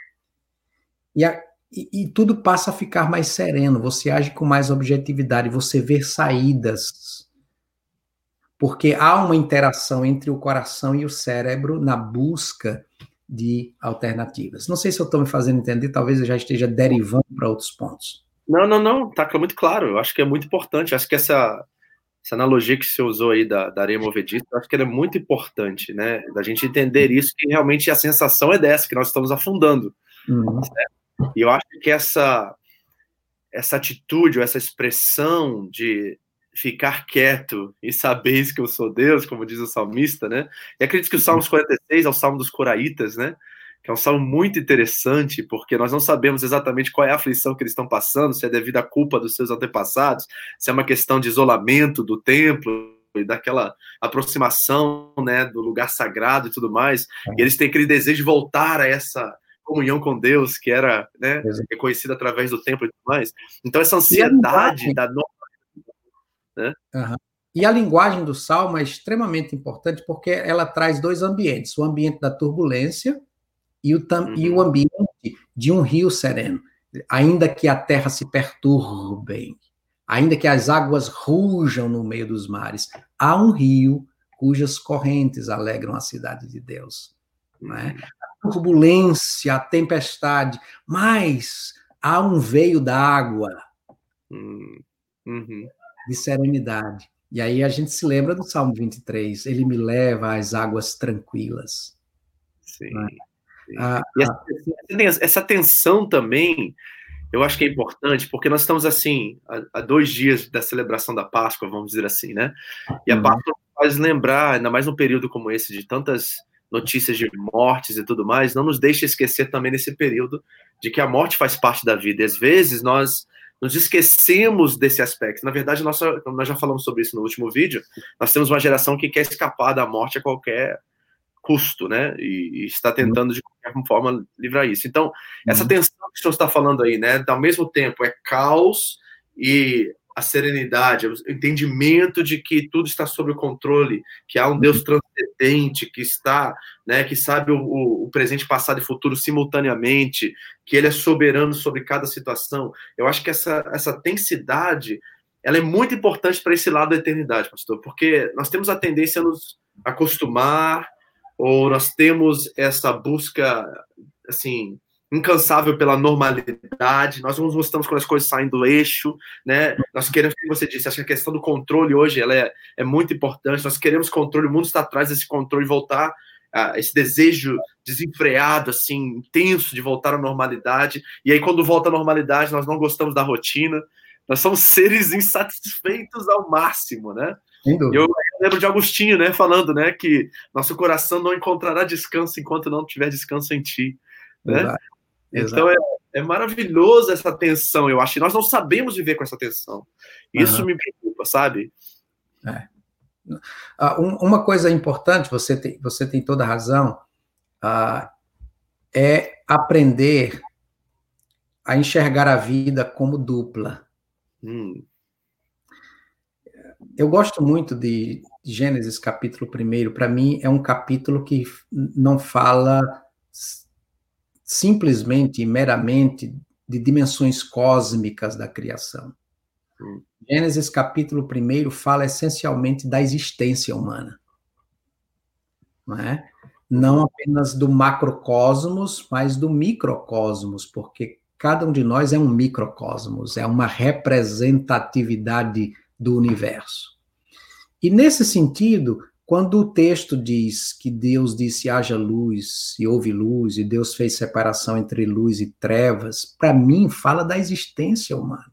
E tudo passa a ficar mais sereno, você age com mais objetividade, você vê saídas. Porque há uma interação entre o coração e o cérebro na busca de alternativas. Não sei se eu estou me fazendo entender, talvez eu já esteja derivando para outros pontos. Não, tá muito claro. Eu acho que é muito importante. Acho que essa analogia que você usou aí da areia movediça, eu acho que ela é muito importante, né? Da gente entender isso, que realmente a sensação é dessa, que nós estamos afundando. E eu acho que essa atitude, ou essa expressão de ficar quieto e sabeis que eu sou Deus, como diz o salmista, né? E acredito que o Salmos 46 é o Salmo dos Coraitas, né? Que é um salmo muito interessante, porque nós não sabemos exatamente qual é a aflição que eles estão passando, se é devido à culpa dos seus antepassados, se é uma questão de isolamento do templo e daquela aproximação, né, do lugar sagrado e tudo mais, e eles têm aquele desejo de voltar a essa comunhão com Deus, que era, né, reconhecida através do templo e tudo mais. Então essa ansiedade da nova... Né? E a linguagem do Salmo é extremamente importante, porque ela traz dois ambientes, o ambiente da turbulência e o ambiente de um rio sereno. Ainda que a terra se perturbe, ainda que as águas rujam no meio dos mares, há um rio cujas correntes alegram a cidade de Deus. Não é? A turbulência, a tempestade, mas há um veio da água de serenidade. E aí a gente se lembra do Salmo 23, ele me leva às águas tranquilas. Sim. E essa tensão também, eu acho que é importante, porque nós estamos, assim, há 2 dias da celebração da Páscoa, vamos dizer assim, né? E a Páscoa faz lembrar, ainda mais num período como esse, de tantas notícias de mortes e tudo mais, não nos deixa esquecer também nesse período de que a morte faz parte da vida. E às vezes nós nos esquecemos desse aspecto. Na verdade, nós já falamos sobre isso no último vídeo, nós temos uma geração que quer escapar da morte a qualquer custo, né? E está tentando de qualquer forma livrar isso. Então, essa tensão que o senhor está falando aí, né? Ao mesmo tempo é caos e a serenidade, o entendimento de que tudo está sob o controle, que há um Deus transcendente, que está, né, que sabe o presente, passado e futuro simultaneamente, que ele é soberano sobre cada situação. Eu acho que essa densidade, ela é muito importante para esse lado da eternidade, pastor, porque nós temos a tendência a nos acostumar, ou nós temos essa busca, assim, incansável pela normalidade, nós não gostamos quando as coisas saem do eixo, né? Nós queremos, como você disse, acho que a questão do controle hoje ela é muito importante, nós queremos controle, o mundo está atrás desse controle, voltar a esse desejo desenfreado, assim, intenso de voltar à normalidade, e aí quando volta à normalidade nós não gostamos da rotina, nós somos seres insatisfeitos ao máximo, né? Eu lembro de Agostinho, né, falando, né, que nosso coração não encontrará descanso enquanto não tiver descanso em ti, né? Exato. Então é maravilhoso essa tensão, eu acho. E nós não sabemos viver com essa tensão. Isso me preocupa, sabe? Uma coisa importante, você tem toda a razão, é aprender a enxergar a vida como dupla. Eu gosto muito de Gênesis capítulo 1. Para mim, é um capítulo que não fala simplesmente e meramente de dimensões cósmicas da criação. Gênesis capítulo 1 fala essencialmente da existência humana. Não é? Não apenas do macrocosmos, mas do microcosmos, porque cada um de nós é um microcosmos, é uma representatividade do universo. E nesse sentido, quando o texto diz que Deus disse haja luz e houve luz, e Deus fez separação entre luz e trevas, para mim fala da existência humana.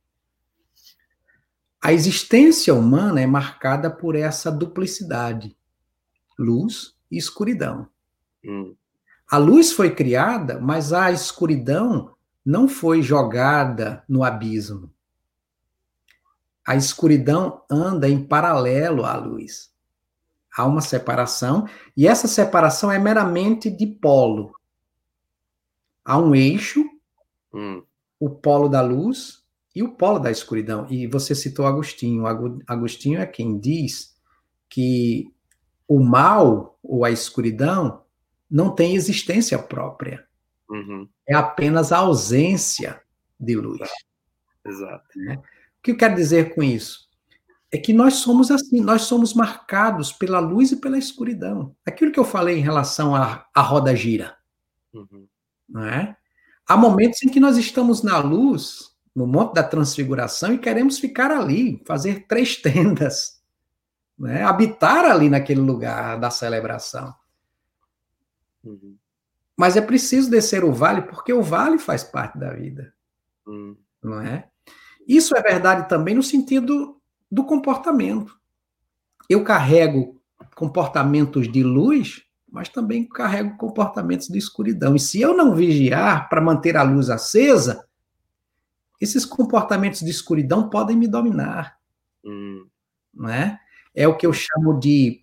A existência humana é marcada por essa duplicidade, luz e escuridão. A luz foi criada, mas a escuridão não foi jogada no abismo. A escuridão anda em paralelo à luz. Há uma separação, e essa separação é meramente de polo. Há um eixo, o polo da luz e o polo da escuridão. E você citou Agostinho. Agostinho é quem diz que o mal, ou a escuridão, não tem existência própria. É apenas a ausência de luz. Exato. Né? O que eu quero dizer com isso? É que nós somos assim, nós somos marcados pela luz e pela escuridão. Aquilo que eu falei em relação à roda gira. Não é? Há momentos em que nós estamos na luz, no Monte da Transfiguração, e queremos ficar ali, fazer 3 tendas, né? Habitar ali naquele lugar da celebração. Mas é preciso descer o vale, porque o vale faz parte da vida. Não é? Isso é verdade também no sentido do comportamento. Eu carrego comportamentos de luz, mas também carrego comportamentos de escuridão. E se eu não vigiar para manter a luz acesa, esses comportamentos de escuridão podem me dominar. Não é? É o que eu chamo de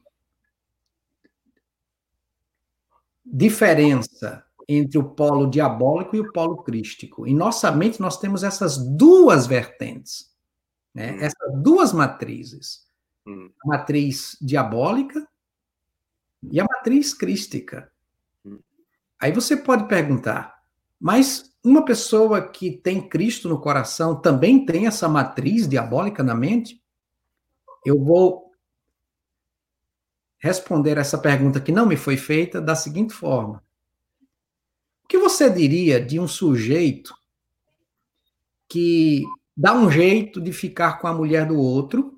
diferença entre o polo diabólico e o polo crístico. Em nossa mente, nós temos essas duas vertentes, né? Essas duas matrizes. A matriz diabólica e a matriz crística. Aí você pode perguntar, mas uma pessoa que tem Cristo no coração também tem essa matriz diabólica na mente? Eu vou responder essa pergunta que não me foi feita da seguinte forma. O que você diria de um sujeito que dá um jeito de ficar com a mulher do outro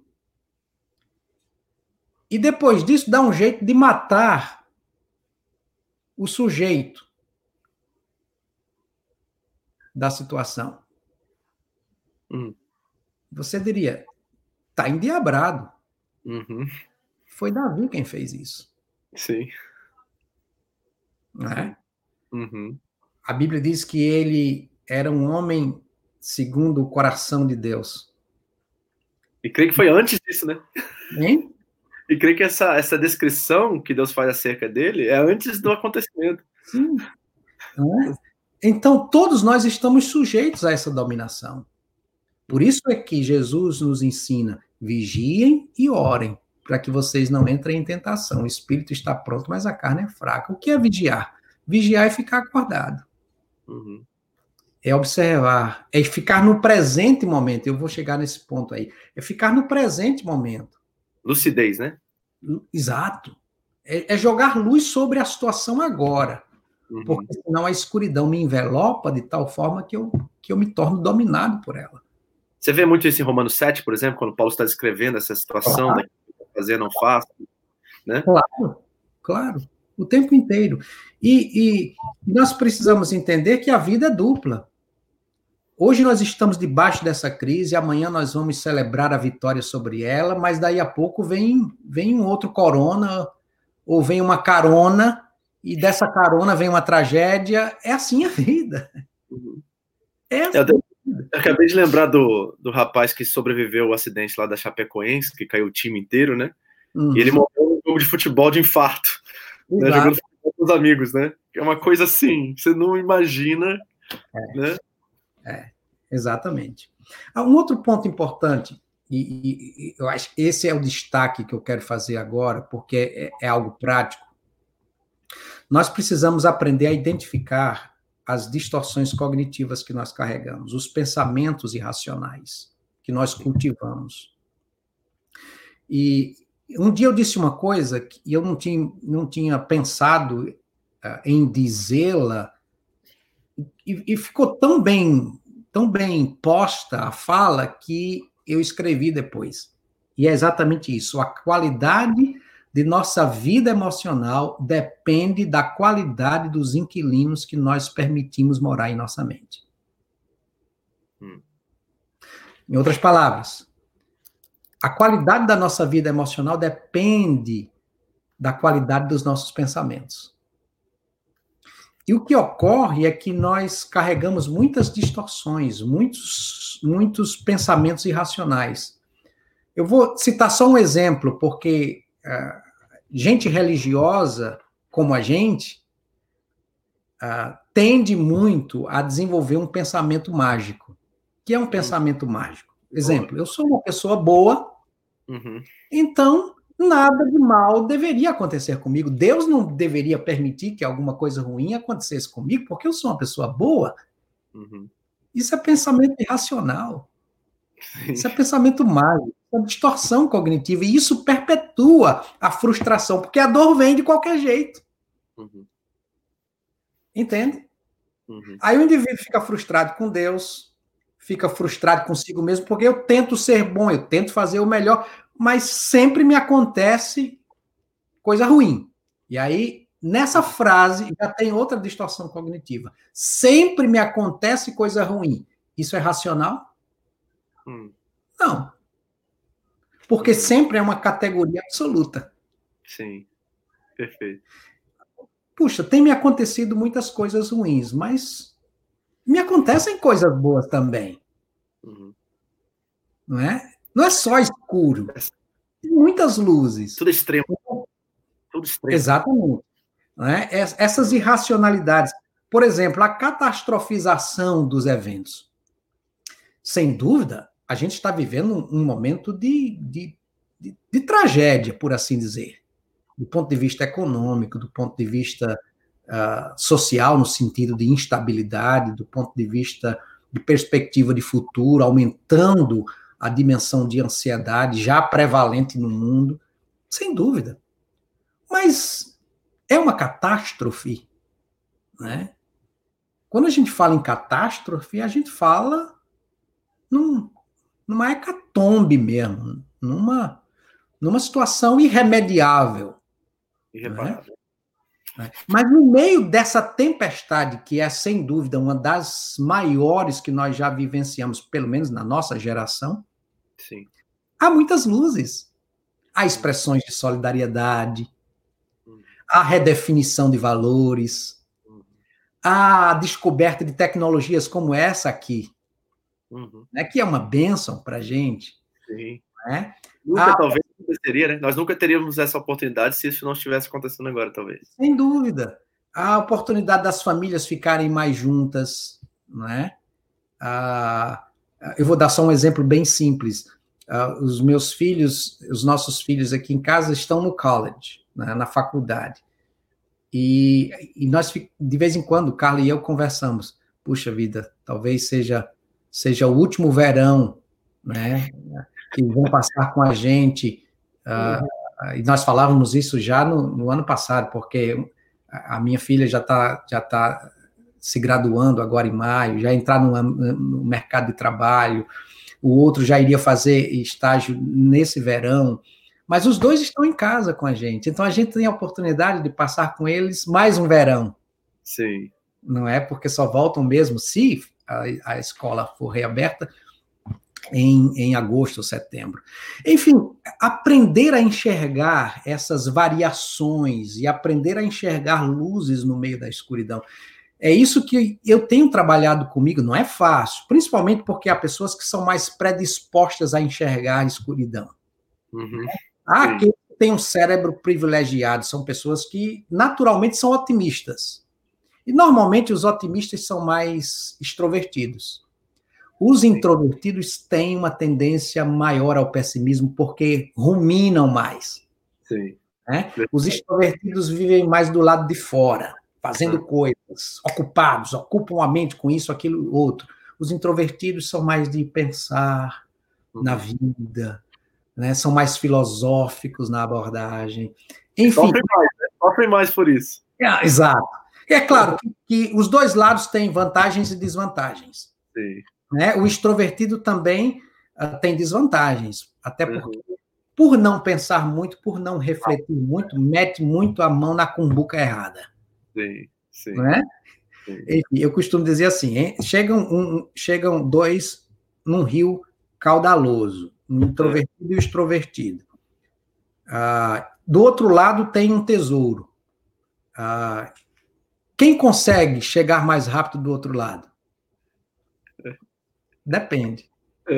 e depois disso dá um jeito de matar o sujeito da situação? Você diria, está endiabrado. Foi Davi quem fez isso. Sim. Não é? A Bíblia diz que ele era um homem segundo o coração de Deus. E creio que foi antes disso, né? Hein? E creio que essa descrição que Deus faz acerca dele é antes do acontecimento. Sim. Não é? Então, todos nós estamos sujeitos a essa dominação. Por isso é que Jesus nos ensina, vigiem e orem, para que vocês não entrem em tentação. O espírito está pronto, mas a carne é fraca. O que é vigiar? Vigiar é ficar acordado. Uhum. É observar, é ficar no presente momento. Eu vou chegar nesse ponto aí. É ficar no presente momento. Lucidez, né? Exato. É jogar luz sobre a situação agora. Uhum. Porque senão a escuridão me envelopa de tal forma que eu me torno dominado por ela. Você vê muito isso em Romanos 7, por exemplo, quando Paulo está descrevendo essa situação, Claro. Fazer, não faço, né? Claro. O tempo inteiro. E nós precisamos entender que a vida é dupla. Hoje nós estamos debaixo dessa crise, amanhã nós vamos celebrar a vitória sobre ela, mas daí a pouco vem um outro corona, ou vem uma carona, e dessa carona vem uma tragédia. É assim a vida. Uhum. É assim. Eu acabei de lembrar do rapaz que sobreviveu ao acidente lá da Chapecoense, que caiu o time inteiro, né? Uhum. E ele morreu num jogo de futebol de infarto, né? Jogando futebol com os amigos, né? É uma coisa assim, você não imagina, né? Exatamente. Um outro ponto importante, e eu acho que esse é o destaque que eu quero fazer agora, porque é algo prático. Nós precisamos aprender a identificar as distorções cognitivas que nós carregamos, os pensamentos irracionais que nós cultivamos. E um dia eu disse uma coisa que eu não tinha pensado em dizê-la, e ficou tão bem posta a fala que eu escrevi depois. E é exatamente isso. A qualidade de nossa vida emocional depende da qualidade dos inquilinos que nós permitimos morar em nossa mente. Em outras palavras, a qualidade da nossa vida emocional depende da qualidade dos nossos pensamentos. E o que ocorre é que nós carregamos muitas distorções, muitos pensamentos irracionais. Eu vou citar só um exemplo, porque gente religiosa como a gente tende muito a desenvolver um pensamento mágico. O que é um pensamento mágico? Exemplo, eu sou uma pessoa boa, então nada de mal deveria acontecer comigo. Deus não deveria permitir que alguma coisa ruim acontecesse comigo, porque eu sou uma pessoa boa. Isso é pensamento irracional. Isso é pensamento mágico, é distorção cognitiva, e isso perpetua a frustração, porque a dor vem de qualquer jeito. Entende? Aí o indivíduo fica frustrado com Deus, fica frustrado consigo mesmo, porque eu tento ser bom, eu tento fazer o melhor, mas sempre me acontece coisa ruim. E aí, nessa frase, já tem outra distorção cognitiva. Sempre me acontece coisa ruim. Isso é racional? Não. Porque sempre é uma categoria absoluta. Sim, perfeito. Puxa, tem me acontecido muitas coisas ruins, mas me acontecem coisas boas também. Não é? Não é só escuro. Tem muitas luzes. Tudo extremo. Tudo extremo. Exatamente. Não é? Essas irracionalidades. Por exemplo, a catastrofização dos eventos. Sem dúvida, a gente está vivendo um momento de tragédia, por assim dizer. Do ponto de vista econômico, do ponto de vista social, no sentido de instabilidade, do ponto de vista de perspectiva de futuro, aumentando a dimensão de ansiedade já prevalente no mundo, sem dúvida. Mas é uma catástrofe, né? Quando a gente fala em catástrofe, a gente fala numa hecatombe mesmo, numa situação irremediável. Irreparável. Né? Mas no meio dessa tempestade, que é sem dúvida uma das maiores que nós já vivenciamos, pelo menos na nossa geração, sim, há muitas luzes. Há expressões de solidariedade, há redefinição de valores, há descoberta de tecnologias como essa aqui, né, que é uma bênção para a gente. Sim. Né? Nunca, talvez, aconteceria, né? Nós nunca teríamos essa oportunidade se isso não estivesse acontecendo agora, talvez. Sem dúvida. A oportunidade das famílias ficarem mais juntas, né? Eu vou dar só um exemplo bem simples. Os meus filhos, os nossos filhos aqui em casa estão no college, né, na faculdade. E nós, de vez em quando, Carla e eu conversamos. Puxa vida, talvez seja o último verão, né, que vão passar com a gente. E nós falávamos isso já no ano passado, porque a minha filha já tá se graduando agora em maio, já entrar no mercado de trabalho, o outro já iria fazer estágio nesse verão, mas os dois estão em casa com a gente, então a gente tem a oportunidade de passar com eles mais um verão. Sim. Não é porque só voltam mesmo se a escola for reaberta em agosto ou setembro. Enfim, aprender a enxergar essas variações e aprender a enxergar luzes no meio da escuridão. É isso que eu tenho trabalhado comigo, não é fácil, principalmente porque há pessoas que são mais predispostas a enxergar a escuridão. Uhum. Há aqueles que têm um cérebro privilegiado, são pessoas que naturalmente são otimistas. E normalmente os otimistas são mais extrovertidos. Os introvertidos têm uma tendência maior ao pessimismo porque ruminam mais. Sim. Né? Os extrovertidos vivem mais do lado de fora, fazendo coisas, ocupados, ocupam a mente com isso, aquilo, outro. Os introvertidos são mais de pensar na vida, né? São mais filosóficos na abordagem. Enfim. Sofrem mais por isso. Exato. É claro que os dois lados têm vantagens e desvantagens. Sim. Né? O extrovertido também tem desvantagens, até porque, por não pensar muito, por não refletir muito, mete muito a mão na cumbuca errada. Sim, sim. Não é? Sim. Enfim, eu costumo dizer assim, hein? Chegam dois num rio caudaloso, um introvertido e um extrovertido. Do outro lado tem um tesouro. Quem consegue chegar mais rápido do outro lado? Depende.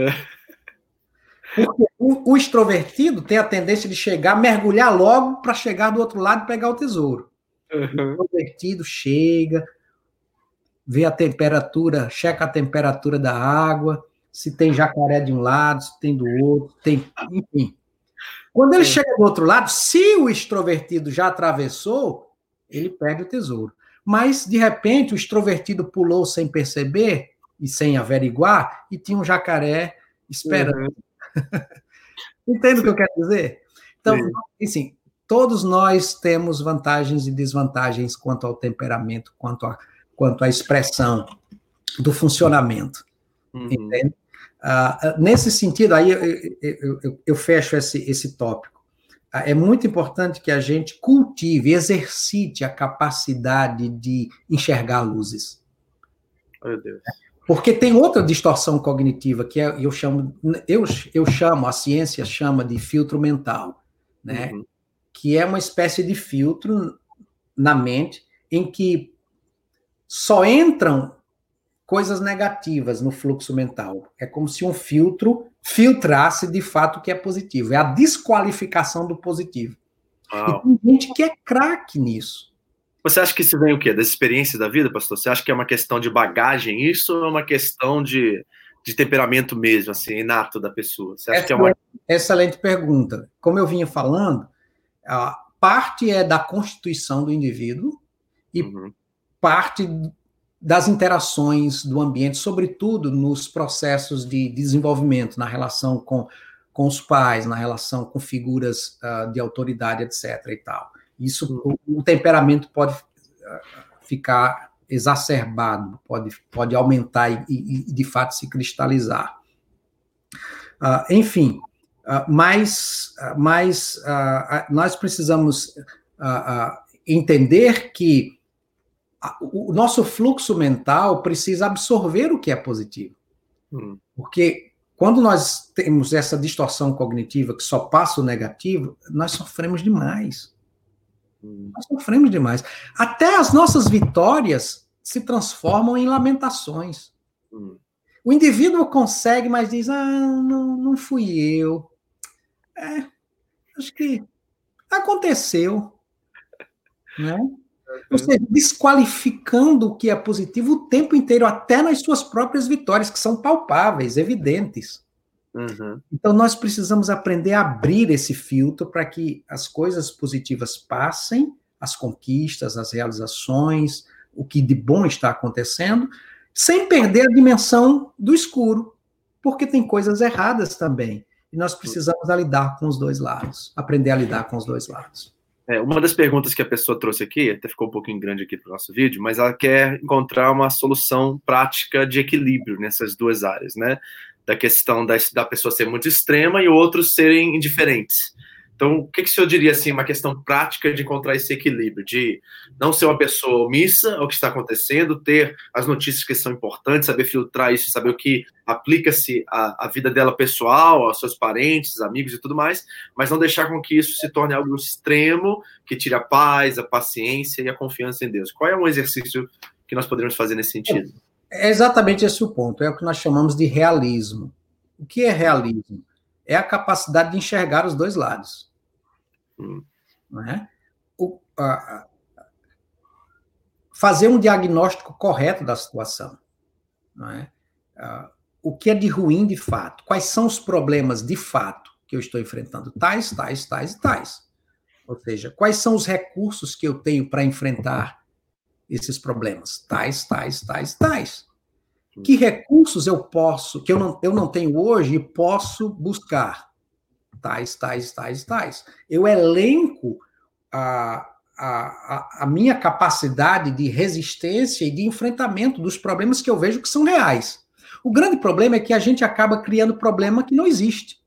Porque o extrovertido tem a tendência de chegar, mergulhar logo para chegar do outro lado e pegar o tesouro. O introvertido chega, vê a temperatura, checa a temperatura da água, se tem jacaré de um lado, se tem do outro, enfim. Quando ele chega do outro lado, se o extrovertido já atravessou, ele perde o tesouro. Mas, de repente, o extrovertido pulou sem perceber e sem averiguar, e tinha um jacaré esperando. Entende o que eu quero dizer? Então, assim, todos nós temos vantagens e desvantagens quanto ao temperamento, quanto à expressão do funcionamento. Entende? Nesse sentido, aí eu fecho esse tópico. É muito importante que a gente cultive, exercite a capacidade de enxergar luzes. Meu Deus. Porque tem outra distorção cognitiva que eu chamo, a ciência chama de filtro mental, né? Que é uma espécie de filtro na mente em que só entram coisas negativas no fluxo mental. É como se um filtro filtrasse de fato o que é positivo. É a desqualificação do positivo. E tem gente que é craque nisso. Você acha que isso vem o quê? Das experiências da vida, pastor? Você acha que é uma questão de bagagem isso ou é uma questão de temperamento mesmo, assim, inato da pessoa? Você acha que é uma... Excelente pergunta. Como eu vinha falando, a parte é da constituição do indivíduo e parte das interações do ambiente, sobretudo nos processos de desenvolvimento, na relação com os pais, na relação com figuras de autoridade, etc. e tal. Isso, o temperamento pode ficar exacerbado, pode aumentar e de fato se cristalizar. Enfim, mas nós precisamos entender que o nosso fluxo mental precisa absorver o que é positivo. Porque quando nós temos essa distorção cognitiva que só passa o negativo, nós sofremos demais. Nós sofremos demais. Até as nossas vitórias se transformam em lamentações. O indivíduo consegue, mas diz, não fui eu. Acho que aconteceu. Né? Ou seja, desqualificando o que é positivo o tempo inteiro, até nas suas próprias vitórias, que são palpáveis, evidentes. Uhum. Então, nós precisamos aprender a abrir esse filtro para que as coisas positivas passem, as conquistas, as realizações, o que de bom está acontecendo, sem perder a dimensão do escuro, porque tem coisas erradas também. E nós precisamos lidar com os dois lados, aprender a lidar com os dois lados. Uma das perguntas que a pessoa trouxe aqui, até ficou um pouquinho grande aqui para o nosso vídeo, mas ela quer encontrar uma solução prática de equilíbrio nessas duas áreas, né? Da questão da pessoa ser muito extrema e outros serem indiferentes. Então, o que o senhor diria, assim, uma questão prática de encontrar esse equilíbrio, de não ser uma pessoa omissa ao que está acontecendo, ter as notícias que são importantes, saber filtrar isso, saber o que aplica-se à vida dela pessoal, aos seus parentes, amigos e tudo mais, mas não deixar com que isso se torne algo extremo, que tire a paz, a paciência e a confiança em Deus. Qual é um exercício que nós poderíamos fazer nesse sentido? É exatamente esse o ponto, é o que nós chamamos de realismo. O que é realismo? É a capacidade de enxergar os dois lados. Não é? Fazer um diagnóstico correto da situação. Não é? O que é de ruim de fato? Quais são os problemas de fato que eu estou enfrentando? Tais, tais, tais e tais. Ou seja, quais são os recursos que eu tenho para enfrentar esses problemas? Tais, tais, tais, tais. Que recursos eu posso, que eu não tenho hoje e posso buscar? Tais, tais, tais, tais. Eu elenco a minha capacidade de resistência e de enfrentamento dos problemas que eu vejo que são reais. O grande problema é que a gente acaba criando problema que não existe.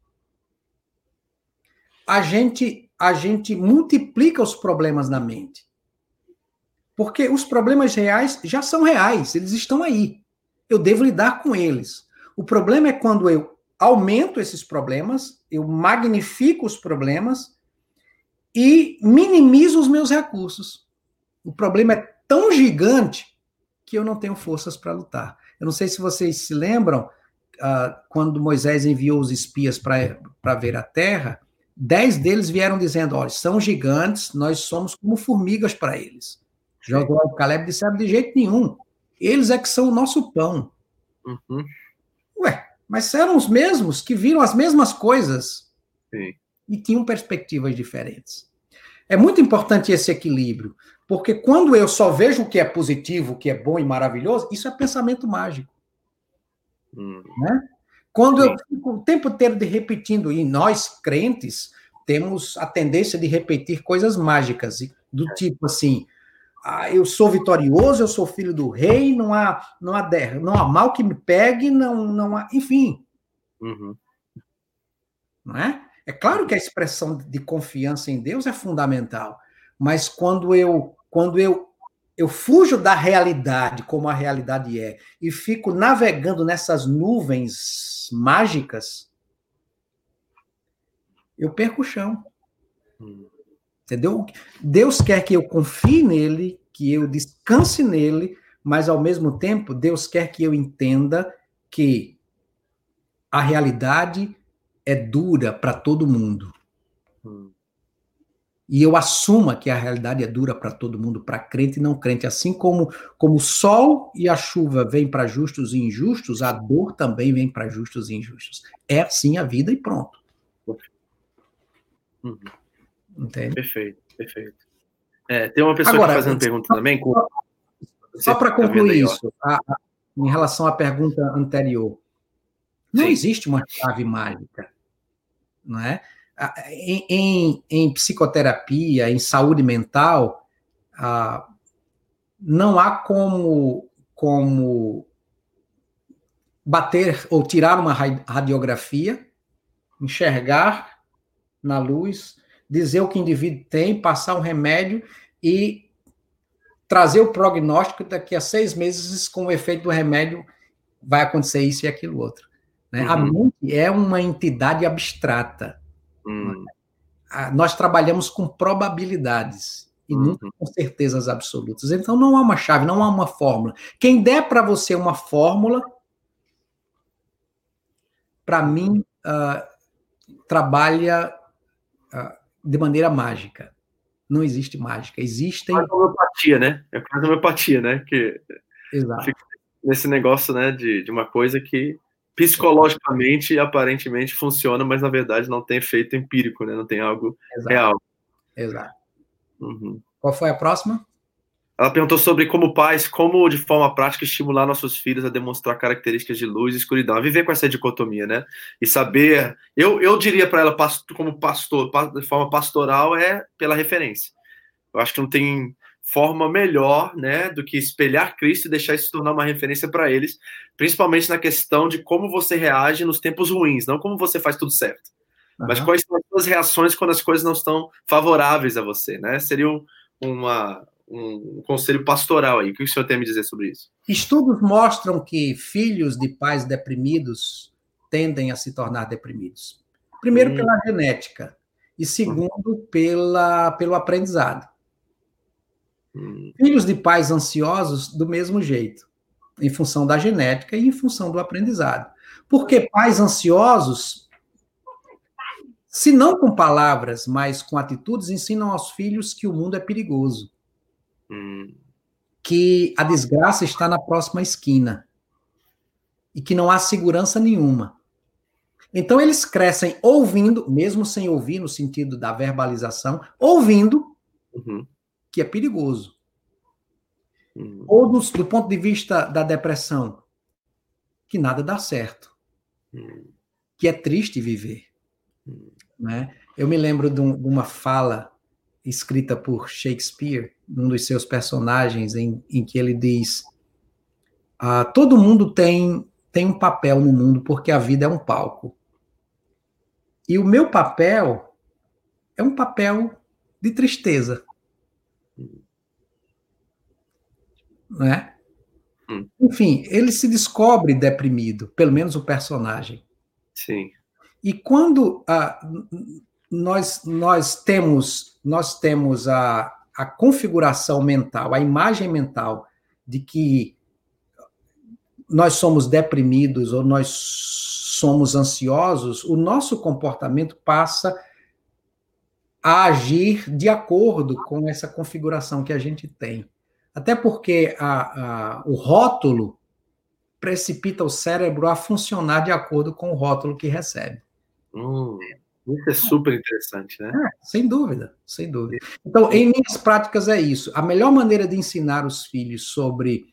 A gente multiplica os problemas na mente. Porque os problemas reais já são reais, eles estão aí. Eu devo lidar com eles. O problema é quando eu aumento esses problemas, eu magnifico os problemas e minimizo os meus recursos. O problema é tão gigante que eu não tenho forças para lutar. Eu não sei se vocês se lembram, quando Moisés enviou os espias para ver a terra, 10 deles vieram dizendo, olha, são gigantes, nós somos como formigas para eles. Josué e Caleb disseram, de jeito nenhum, eles é que são o nosso pão. Uhum. Ué, mas eram os mesmos que viram as mesmas coisas. Sim. E tinham perspectivas diferentes. É muito importante esse equilíbrio, porque quando eu só vejo o que é positivo, o que é bom e maravilhoso, isso é pensamento mágico. Né? Quando eu fico o tempo inteiro repetindo, e nós, crentes, temos a tendência de repetir coisas mágicas, do tipo assim, eu sou vitorioso, eu sou filho do rei, não há mal que me pegue, não há, enfim. Uhum. Não é? É claro que a expressão de confiança em Deus é fundamental, mas quando eu fujo da realidade, como a realidade é, e fico navegando nessas nuvens mágicas, eu perco o chão. Entendeu? Deus quer que eu confie nele, que eu descanse nele, mas ao mesmo tempo, Deus quer que eu entenda que a realidade é dura para todo mundo. E eu assuma que a realidade é dura para todo mundo, para crente e não crente. Assim como o sol e a chuva vêm para justos e injustos, a dor também vem para justos e injustos. É assim a vida e pronto. Entende? Perfeito. Tem uma pessoa aqui fazendo pergunta também. Só para concluir isso, em relação à pergunta anterior. Não existe uma chave mágica, não é? Em psicoterapia, em saúde mental, não há como bater ou tirar uma radiografia, enxergar na luz, dizer o que o indivíduo tem, passar um remédio e trazer o prognóstico daqui a 6 meses com o efeito do remédio vai acontecer isso e aquilo outro. Né? A mente é uma entidade abstrata. Nós trabalhamos com probabilidades e nunca com certezas absolutas. Então, não há uma chave, não há uma fórmula. Quem der para você uma fórmula, para mim, trabalha de maneira mágica. não existe mágica. Existem... É homeopatia, né? É quase homeopatia, né? Que Exato. fica nesse negócio, né, de uma coisa que psicologicamente e aparentemente funciona, mas na verdade não tem efeito empírico, né? Não tem algo real. Exato. Uhum. Qual foi a próxima? Ela perguntou sobre como pais, como de forma prática estimular nossos filhos a demonstrar características de luz e escuridão, a viver com essa dicotomia, né? E saber, eu diria para ela, como pastor, de forma pastoral, é pela referência. Eu acho que não tem forma melhor, né, do que espelhar Cristo e deixar isso se tornar uma referência para eles, principalmente na questão de como você reage nos tempos ruins, não como você faz tudo certo, mas quais são as suas reações quando as coisas não estão favoráveis a você, né? Seria um conselho pastoral aí. O que o senhor tem a me dizer sobre isso? Estudos mostram que filhos de pais deprimidos tendem a se tornar deprimidos. Primeiro, pela genética, e segundo, pelo aprendizado. Filhos de pais ansiosos, do mesmo jeito, em função da genética e em função do aprendizado. Porque pais ansiosos, se não com palavras, mas com atitudes, ensinam aos filhos que o mundo é perigoso. Que a desgraça está na próxima esquina. E que não há segurança nenhuma. Então, eles crescem ouvindo, mesmo sem ouvir, no sentido da verbalização, ouvindo que é perigoso. Ou do ponto de vista da depressão, que nada dá certo. Que é triste viver. Né? Eu me lembro de uma fala escrita por Shakespeare, um dos seus personagens, em que ele diz: todo mundo tem um papel no mundo, porque a vida é um palco. E o meu papel é um papel de tristeza. Né? Enfim, ele se descobre deprimido, pelo menos o personagem. Sim. E quando nós temos a configuração mental, a imagem mental de que nós somos deprimidos ou nós somos ansiosos, o nosso comportamento passa a agir de acordo com essa configuração que a gente tem. Até porque o rótulo precipita o cérebro a funcionar de acordo com o rótulo que recebe. Isso é super interessante, né? Sem dúvida, sem dúvida. Então, em minhas práticas é isso. A melhor maneira de ensinar os filhos sobre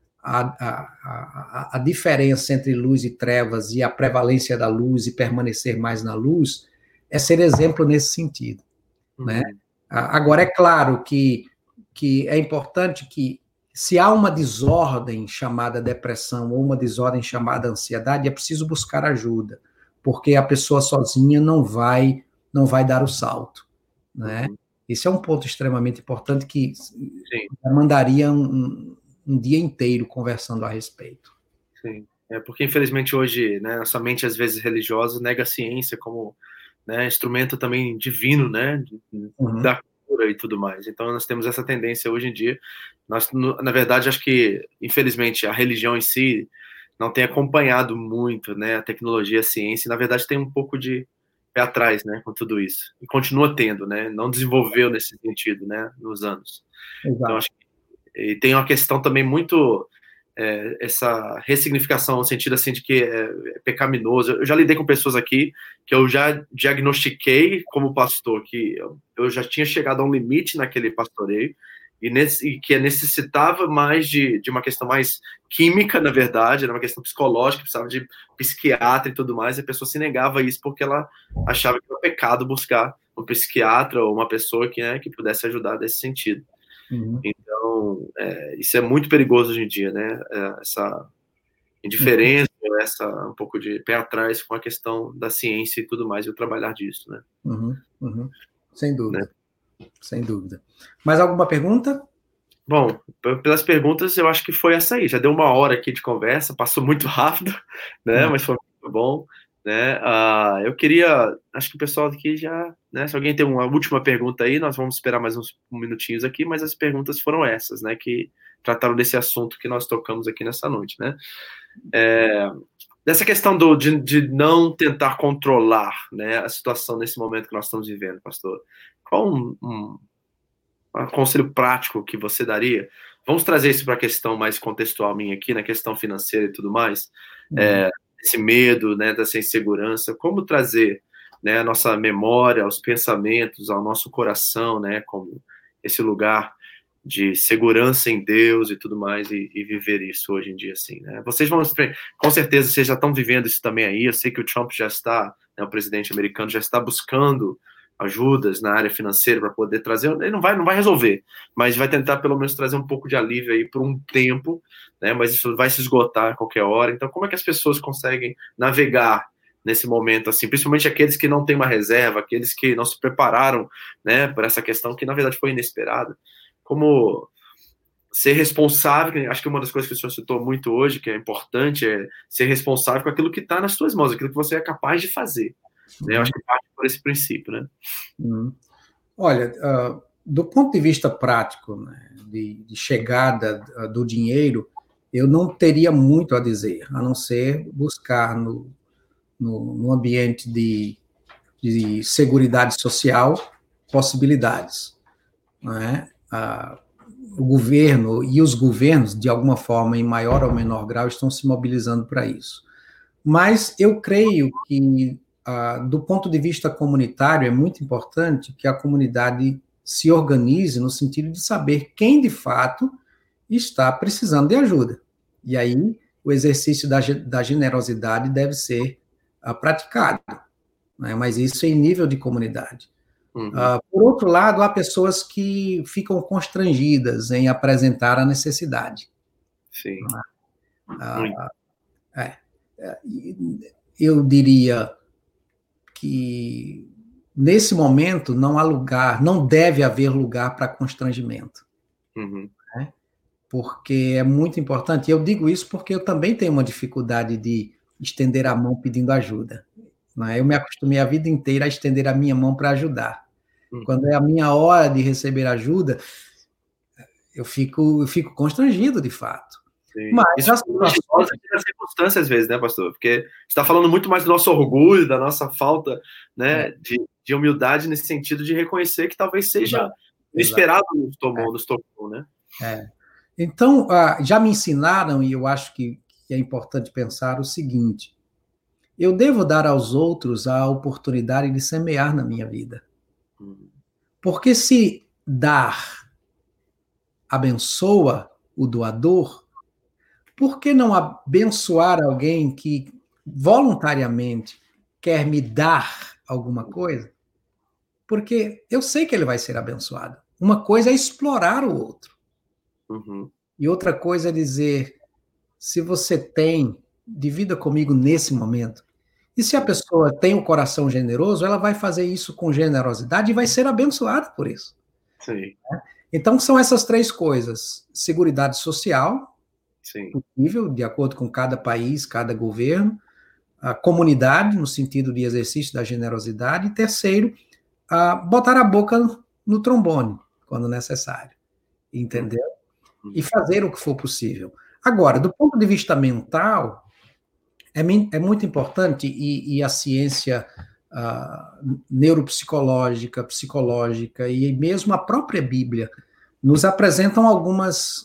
a diferença entre luz e trevas e a prevalência da luz e permanecer mais na luz é ser exemplo nesse sentido. Né? Agora, é claro que é importante que, se há uma desordem chamada depressão ou uma desordem chamada ansiedade, é preciso buscar ajuda, porque a pessoa sozinha não vai dar o salto. Né? Esse é um ponto extremamente importante que demandaria um dia inteiro conversando a respeito. Sim, porque infelizmente hoje, né, nossa mente às vezes religiosa nega a ciência como, né, instrumento também divino, né, da cura e tudo mais. Então nós temos essa tendência hoje em dia. Nós, na verdade, acho que infelizmente a religião em si não tem acompanhado muito, né, a tecnologia, a ciência, e na verdade tem um pouco de pé atrás, né, com tudo isso. E continua tendo, né, não desenvolveu nesse sentido, né, nos anos. Exato. Então acho que e tem uma questão também muito essa ressignificação no sentido assim de que é pecaminoso. Eu já lidei com pessoas aqui que eu já diagnostiquei como pastor que eu já tinha chegado a um limite naquele pastoreio e que necessitava mais de uma questão mais química, na verdade, era uma questão psicológica, precisava de psiquiatra e tudo mais, e a pessoa se negava a isso porque ela achava que era pecado buscar um psiquiatra ou uma pessoa que pudesse ajudar nesse sentido. Então, isso é muito perigoso hoje em dia, né? Essa indiferença, um pouco de pé atrás com a questão da ciência e tudo mais, e o trabalhar disso, né? Sem dúvida. Né? Sem dúvida. Mais alguma pergunta? Bom, pelas perguntas, eu acho que foi essa aí. Já deu 1 hora aqui de conversa, passou muito rápido, né? Mas foi muito bom. Né? Eu queria, acho que o pessoal aqui já, né? Se alguém tem uma última pergunta aí, nós vamos esperar mais uns minutinhos aqui, mas as perguntas foram essas, né? Que trataram desse assunto que nós tocamos aqui nessa noite, né? Dessa questão de não tentar controlar, né, a situação nesse momento que nós estamos vivendo, pastor. Qual um conselho prático que você daria? Vamos trazer isso para a questão mais contextual minha aqui, na questão financeira e tudo mais. Esse medo, né, dessa insegurança. Como trazer, né, a nossa memória, os pensamentos, ao nosso coração, né, como esse lugar de segurança em Deus e tudo mais, e viver isso hoje em dia, assim, né? Vocês vão, com certeza, vocês já estão vivendo isso também aí. Eu sei que o Trump já está, né, o presidente americano já está buscando ajudas na área financeira para poder trazer. Ele não vai resolver, mas vai tentar pelo menos trazer um pouco de alívio aí por um tempo, né? Mas isso vai se esgotar a qualquer hora. Então, como é que as pessoas conseguem navegar nesse momento, assim, principalmente aqueles que não têm uma reserva, aqueles que não se prepararam, né, por essa questão que na verdade foi inesperada? Como ser responsável, acho que uma das coisas que o senhor citou muito hoje, que é importante, é ser responsável com aquilo que está nas suas mãos, aquilo que você é capaz de fazer. Né? Eu acho que parte por esse princípio, né? Olha, do ponto de vista prático, né, de chegada do dinheiro, eu não teria muito a dizer, a não ser buscar no ambiente de seguridade social possibilidades. Não é? O governo e os governos, de alguma forma, em maior ou menor grau, estão se mobilizando para isso. Mas eu creio que, do ponto de vista comunitário, é muito importante que a comunidade se organize no sentido de saber quem, de fato, está precisando de ajuda. E aí, o exercício da generosidade deve ser praticado, né? Mas isso em nível de comunidade. Por outro lado, há pessoas que ficam constrangidas em apresentar a necessidade. Sim. Eu diria que, nesse momento, não há lugar, não deve haver lugar para constrangimento. Né? Porque é muito importante. E eu digo isso porque eu também tenho uma dificuldade de estender a mão pedindo ajuda. Né? Eu me acostumei a vida inteira a estender a minha mão para ajudar. Quando é a minha hora de receber ajuda, eu fico constrangido, de fato. Sim. Mas isso as circunstâncias, às vezes, né, pastor? Porque está falando muito mais do nosso orgulho, da nossa falta, né, de humildade nesse sentido de reconhecer que talvez seja inesperado nos tocou, né? Então, já me ensinaram, e eu acho que é importante pensar o seguinte: eu devo dar aos outros a oportunidade de semear na minha vida. Porque se dar abençoa o doador, por que não abençoar alguém que voluntariamente quer me dar alguma coisa? Porque eu sei que ele vai ser abençoado. Uma coisa é explorar o outro. E outra coisa é dizer, se você tem, divida comigo nesse momento. E se a pessoa tem um coração generoso, ela vai fazer isso com generosidade e vai ser abençoada por isso. Sim. Então, são essas três coisas: seguridade social, sim, possível, de acordo com cada país, cada governo; a comunidade, no sentido de exercício da generosidade; e terceiro, botar a boca no trombone, quando necessário, entendeu? E fazer o que for possível. Agora, do ponto de vista mental, é muito importante, e a ciência neuropsicológica, psicológica e mesmo a própria Bíblia nos apresentam algumas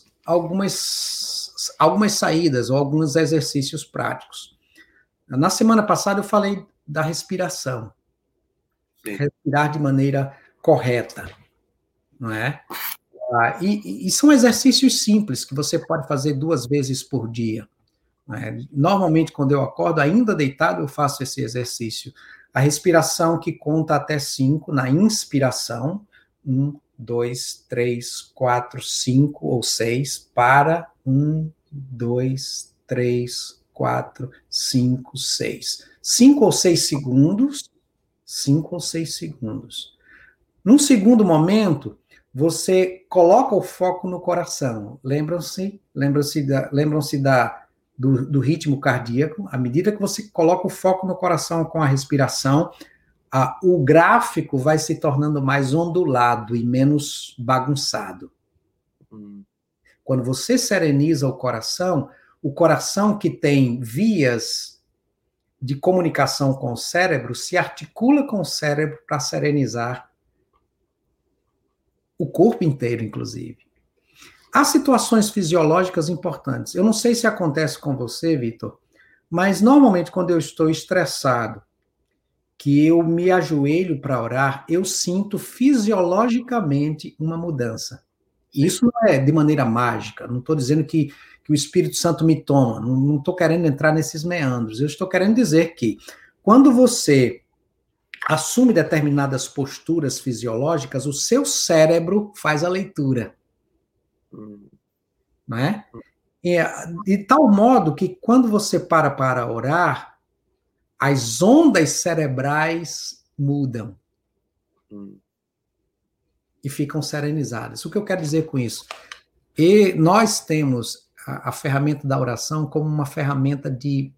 saídas ou alguns exercícios práticos. Na semana passada eu falei da respiração. Sim. Respirar de maneira correta, não é? E são exercícios simples que você pode fazer 2 vezes por dia. Normalmente, quando eu acordo, ainda deitado, eu faço esse exercício. A respiração que conta até 5, na inspiração, 1, 2, 3, 4, 5 ou 6, para 1, 2, 3, 4, 5, 6. 5 ou 6 segundos, 5 ou 6 segundos. Num segundo momento, você coloca o foco no coração. Lembram-se do ritmo cardíaco? À medida que você coloca o foco no coração com a respiração, o gráfico vai se tornando mais ondulado e menos bagunçado. Quando você sereniza o coração que tem vias de comunicação com o cérebro se articula com o cérebro para serenizar o corpo inteiro, inclusive. Há situações fisiológicas importantes. Eu não sei se acontece com você, Vitor, mas normalmente quando eu estou estressado, que eu me ajoelho para orar, eu sinto fisiologicamente uma mudança. Isso não é de maneira mágica, não estou dizendo que o Espírito Santo me toma, não estou querendo entrar nesses meandros, eu estou querendo dizer que quando você assume determinadas posturas fisiológicas, o seu cérebro faz a leitura. Não é? E, de tal modo que quando você para orar, as ondas cerebrais mudam e ficam serenizadas. O que eu quero dizer com isso? E nós temos a ferramenta da oração como uma ferramenta de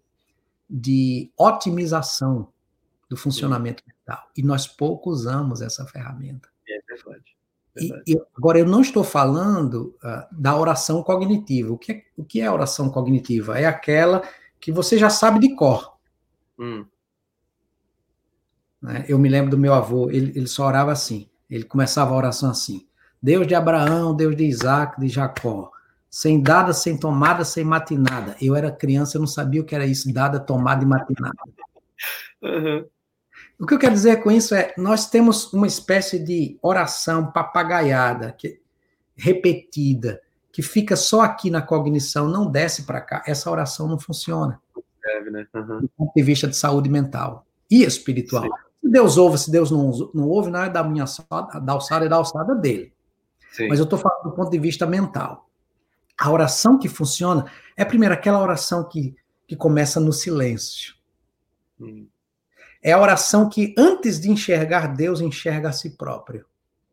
otimização do funcionamento mental. E nós pouco usamos essa ferramenta. É verdade. Agora, eu não estou falando da oração cognitiva. O que é oração cognitiva? É aquela que você já sabe de cor. Né? Eu me lembro do meu avô, ele só orava assim. Ele começava a oração assim: Deus de Abraão, Deus de Isaac, de Jacó. Sem dada, sem tomada, sem matinada. Eu era criança, eu não sabia o que era isso, dada, tomada e matinada. Uhum. O que eu quero dizer com isso é, nós temos uma espécie de oração papagaiada, repetida, que fica só aqui na cognição, não desce para cá. Essa oração não funciona. Deve, né? Uhum. Do ponto de vista de saúde mental e espiritual. Sim. Se Deus ouve, se Deus não ouve, não é da minha da alçada, é da alçada dele. Sim. Mas eu estou falando do ponto de vista mental. A oração que funciona é, primeiro, aquela oração que começa no silêncio. É a oração que, antes de enxergar Deus, enxerga a si próprio.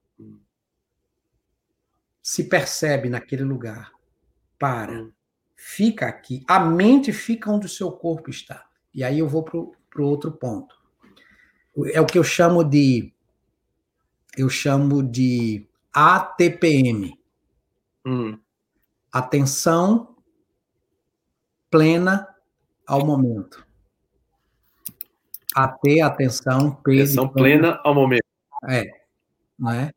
Se percebe naquele lugar. Para. Fica aqui. A mente fica onde o seu corpo está. E aí eu vou para o outro ponto. É o que eu chamo de ATPM. Atenção plena ao momento. AT, atenção, P. Atenção plena ao momento. Não é?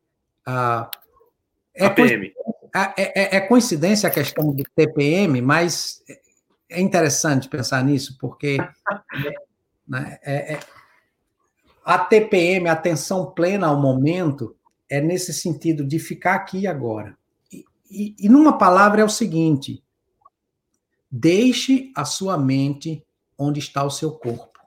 APM. É coincidência a questão do TPM, mas é interessante pensar nisso, porque né, a TPM, atenção plena ao momento, é nesse sentido de ficar aqui e agora. E numa palavra é o seguinte: deixe a sua mente onde está o seu corpo.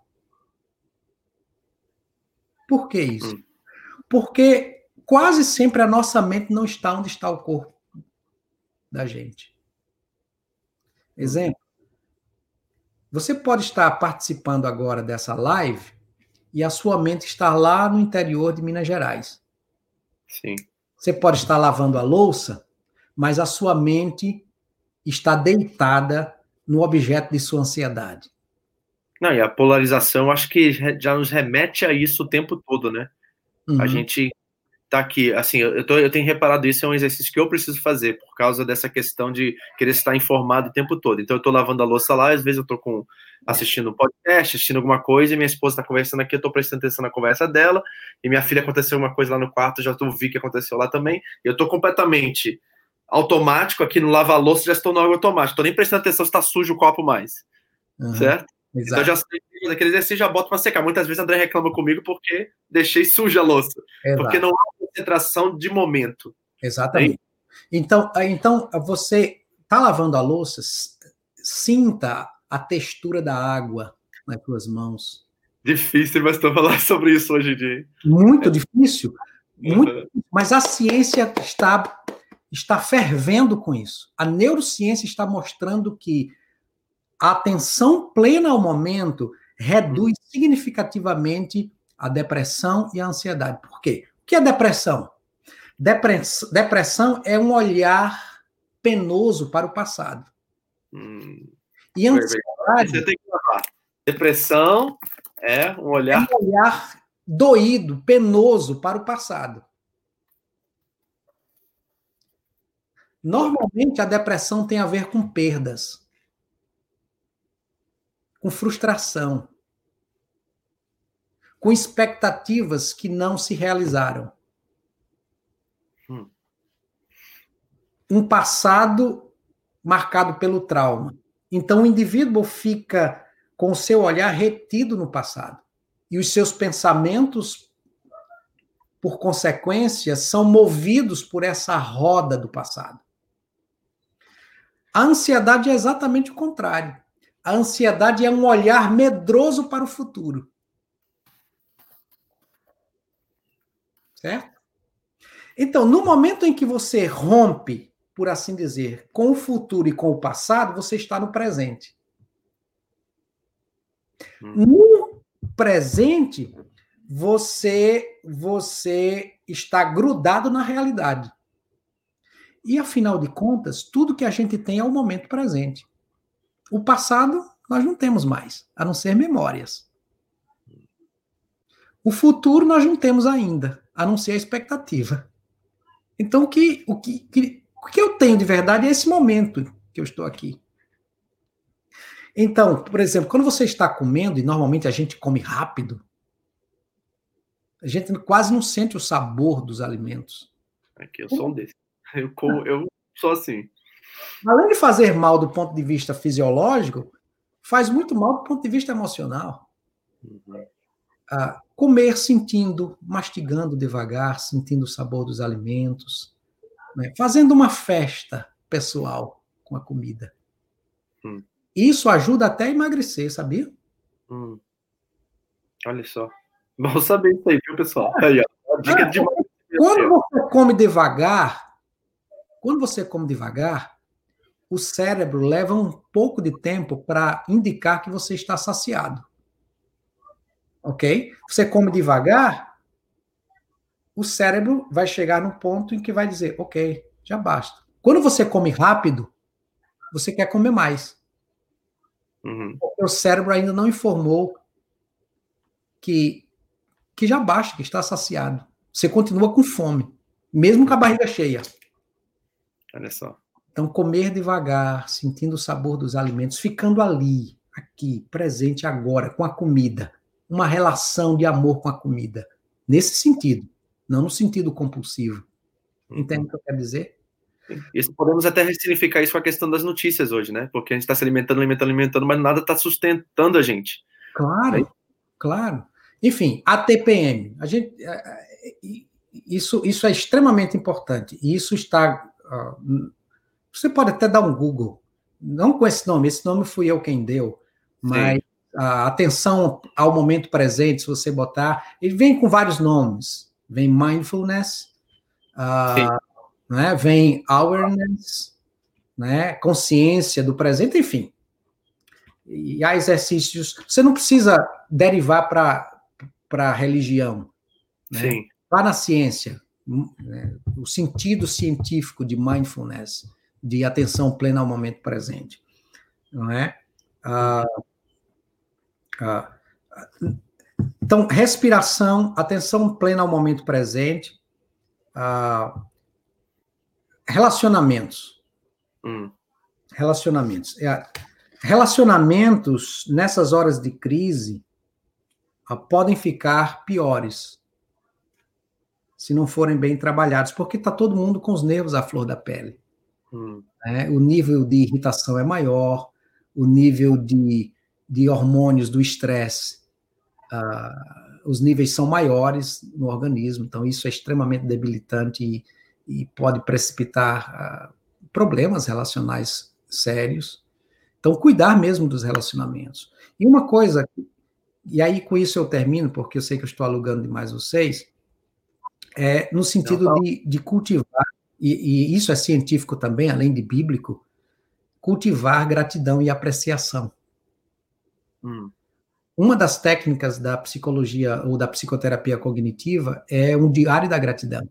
Por que isso? Porque quase sempre a nossa mente não está onde está o corpo da gente. Exemplo, você pode estar participando agora dessa live e a sua mente estar lá no interior de Minas Gerais. Sim. Você pode estar lavando a louça, mas a sua mente está deitada no objeto de sua ansiedade. Não, e a polarização, acho que já nos remete a isso o tempo todo, né? A gente tá aqui, assim, eu tenho reparado isso, é um exercício que eu preciso fazer, por causa dessa questão de querer estar informado o tempo todo. Então eu tô lavando a louça lá, às vezes eu tô assistindo um podcast, assistindo alguma coisa, e minha esposa tá conversando aqui, eu tô prestando atenção na conversa dela, e minha filha aconteceu uma coisa lá no quarto, já vi que aconteceu lá também, e eu tô completamente automático aqui no lava-louça, já estou no água automático, tô nem prestando atenção se tá sujo o copo mais, certo? Exato. Então já sei, naquele exercício já boto para secar. Muitas vezes o André reclama comigo porque deixei suja a louça. Exato. Porque não há concentração de momento. Exatamente. Então você está lavando a louça, sinta a textura da água nas suas mãos. Difícil, mas estou falando sobre isso hoje em dia. Muito difícil. Muito, mas a ciência está fervendo com isso. A neurociência está mostrando que a atenção plena ao momento reduz significativamente a depressão e a ansiedade. Por quê? O que é depressão? Depressão é um olhar penoso para o passado. E ansiedade... Você tem que falar. Depressão é um olhar... É um olhar doído, penoso para o passado. Normalmente, a depressão tem a ver com perdas, com frustração, com expectativas que não se realizaram. um passado marcado pelo trauma. Então, o indivíduo fica com o seu olhar retido no passado. E os seus pensamentos, por consequência, são movidos por essa roda do passado. A ansiedade é exatamente o contrário. A ansiedade é um olhar medroso para o futuro. Certo? Então, no momento em que você rompe, por assim dizer, com o futuro e com o passado, você está no presente. No presente, você está grudado na realidade. E, afinal de contas, tudo que a gente tem é o momento presente. O passado, nós não temos mais, a não ser memórias. O futuro, nós não temos ainda, a não ser a expectativa. Então, o que eu tenho de verdade é esse momento que eu estou aqui. Então, por exemplo, quando você está comendo, e normalmente a gente come rápido, a gente quase não sente o sabor dos alimentos. Aqui eu sou um desses. Eu sou assim. Além de fazer mal do ponto de vista fisiológico, faz muito mal do ponto de vista emocional. Comer sentindo, mastigando devagar, sentindo o sabor dos alimentos, né? Fazendo uma festa pessoal com a comida. Isso ajuda até a emagrecer, sabia? Olha só. Bom saber isso aí, viu, pessoal? Aí, ó, dica de... Quando você come devagar, o cérebro leva um pouco de tempo para indicar que você está saciado. Ok? Você come devagar, o cérebro vai chegar num ponto em que vai dizer, ok, já basta. Quando você come rápido, você quer comer mais. Porque o cérebro ainda não informou que já basta, que está saciado. Você continua com fome, mesmo com a barriga cheia. Olha só. Então, comer devagar, sentindo o sabor dos alimentos, ficando ali, aqui, presente agora, com a comida. Uma relação de amor com a comida. Nesse sentido, não no sentido compulsivo. Entende o que eu quero dizer? Isso, podemos até ressignificar isso com a questão das notícias hoje, né? Porque a gente está se alimentando, mas nada está sustentando a gente. Claro, claro. Enfim, a TPM. Isso é extremamente importante. E isso está... você pode até dar um Google. Não com esse nome fui eu quem deu, mas a atenção ao momento presente, se você botar... Ele vem com vários nomes. Vem mindfulness, né? Vem awareness, né? Consciência do presente, enfim. E há exercícios... Você não precisa derivar para a religião. Né? Sim. Vá na ciência. Né? O sentido científico de mindfulness, de atenção plena ao momento presente. Não é? Então, respiração, atenção plena ao momento presente, relacionamentos. Relacionamentos, nessas horas de crise, podem ficar piores, se não forem bem trabalhados, porque está todo mundo com os nervos à flor da pele. Né? O nível de irritação é maior, o nível de hormônios do estresse, os níveis são maiores no organismo, então isso é extremamente debilitante e pode precipitar problemas relacionais sérios. Então, cuidar mesmo dos relacionamentos. E uma coisa, e aí com isso eu termino, porque eu sei que eu estou alugando demais vocês, no sentido de cultivar, e isso é científico também, além de bíblico, cultivar gratidão e apreciação. Uma das técnicas da psicologia ou da psicoterapia cognitiva é um diário da gratidão.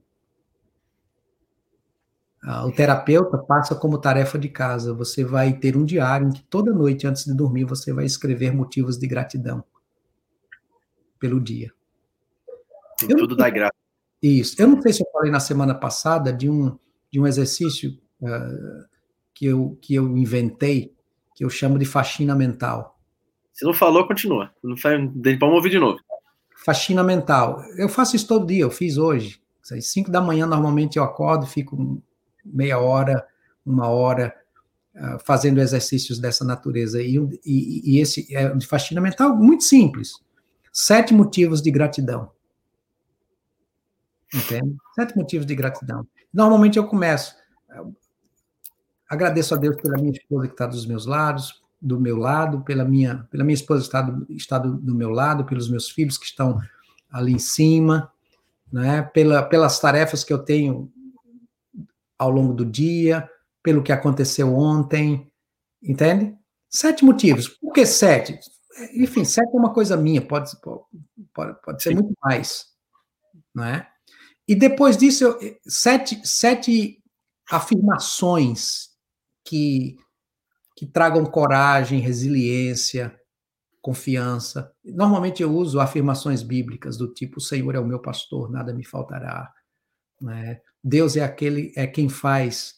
O terapeuta passa como tarefa de casa. Você vai ter um diário em que toda noite, antes de dormir, você vai escrever motivos de gratidão pelo dia. Tudo dá graça. Isso. Eu não sei se eu falei na semana passada de um exercício que eu inventei, que eu chamo de faxina mental. Se não falou, continua. Vamos ouvir de novo. Faxina mental. Eu faço isso todo dia, eu fiz hoje. Às 5 da manhã, normalmente, eu acordo, fico meia hora, uma hora, fazendo exercícios dessa natureza. E esse é de faxina mental muito simples. 7 motivos de gratidão. Entende? 7 motivos de gratidão. Normalmente eu começo. Agradeço a Deus pela minha esposa que está do meu lado, pela minha esposa que está do meu lado, pelos meus filhos que estão ali em cima, né? Pelas tarefas que eu tenho ao longo do dia, pelo que aconteceu ontem, entende? 7 motivos. Por que 7? Enfim, 7 é uma coisa minha, pode ser muito mais, não é? E depois disso, 7 afirmações que tragam coragem, resiliência, confiança. Normalmente eu uso afirmações bíblicas do tipo: o Senhor é o meu pastor, nada me faltará. Né? Deus é quem faz,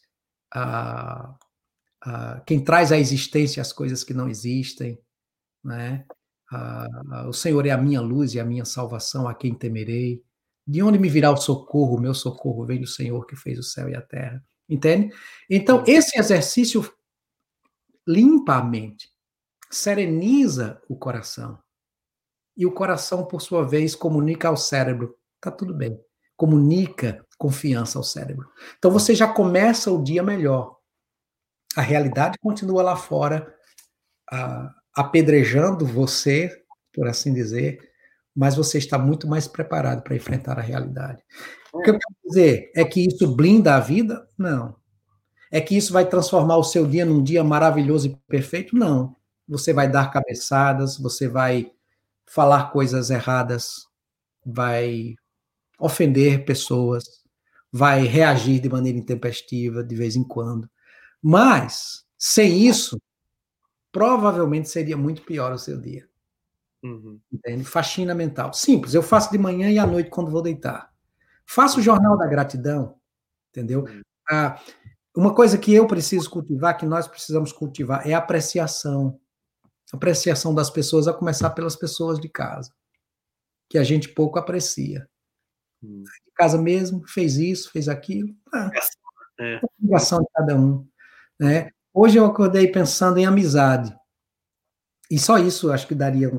quem traz à existência as coisas que não existem. Né? O Senhor é a minha luz e a minha salvação, a quem temerei. De onde me virá o socorro? O meu socorro vem do Senhor que fez o céu e a terra. Entende? Então, esse exercício limpa a mente, sereniza o coração. E o coração, por sua vez, comunica ao cérebro: tá tudo bem. Comunica confiança ao cérebro. Então você já começa o dia melhor. A realidade continua lá fora, apedrejando você, por assim dizer, mas você está muito mais preparado para enfrentar a realidade. O que eu quero dizer é que isso blinda a vida? Não. É que isso vai transformar o seu dia num dia maravilhoso e perfeito? Não. Você vai dar cabeçadas, você vai falar coisas erradas, vai ofender pessoas, vai reagir de maneira intempestiva de vez em quando. Mas, sem isso, provavelmente seria muito pior o seu dia. Entende? Faxina mental. Simples, eu faço de manhã e à noite quando vou deitar. Faço o jornal da gratidão, entendeu? Uma coisa que eu preciso cultivar, que nós precisamos cultivar, é a apreciação. Apreciação das pessoas, a começar pelas pessoas de casa, que a gente pouco aprecia. De casa mesmo, fez isso, fez aquilo. Obrigação de cada um. Né? Hoje eu acordei pensando em amizade. E só isso acho que daria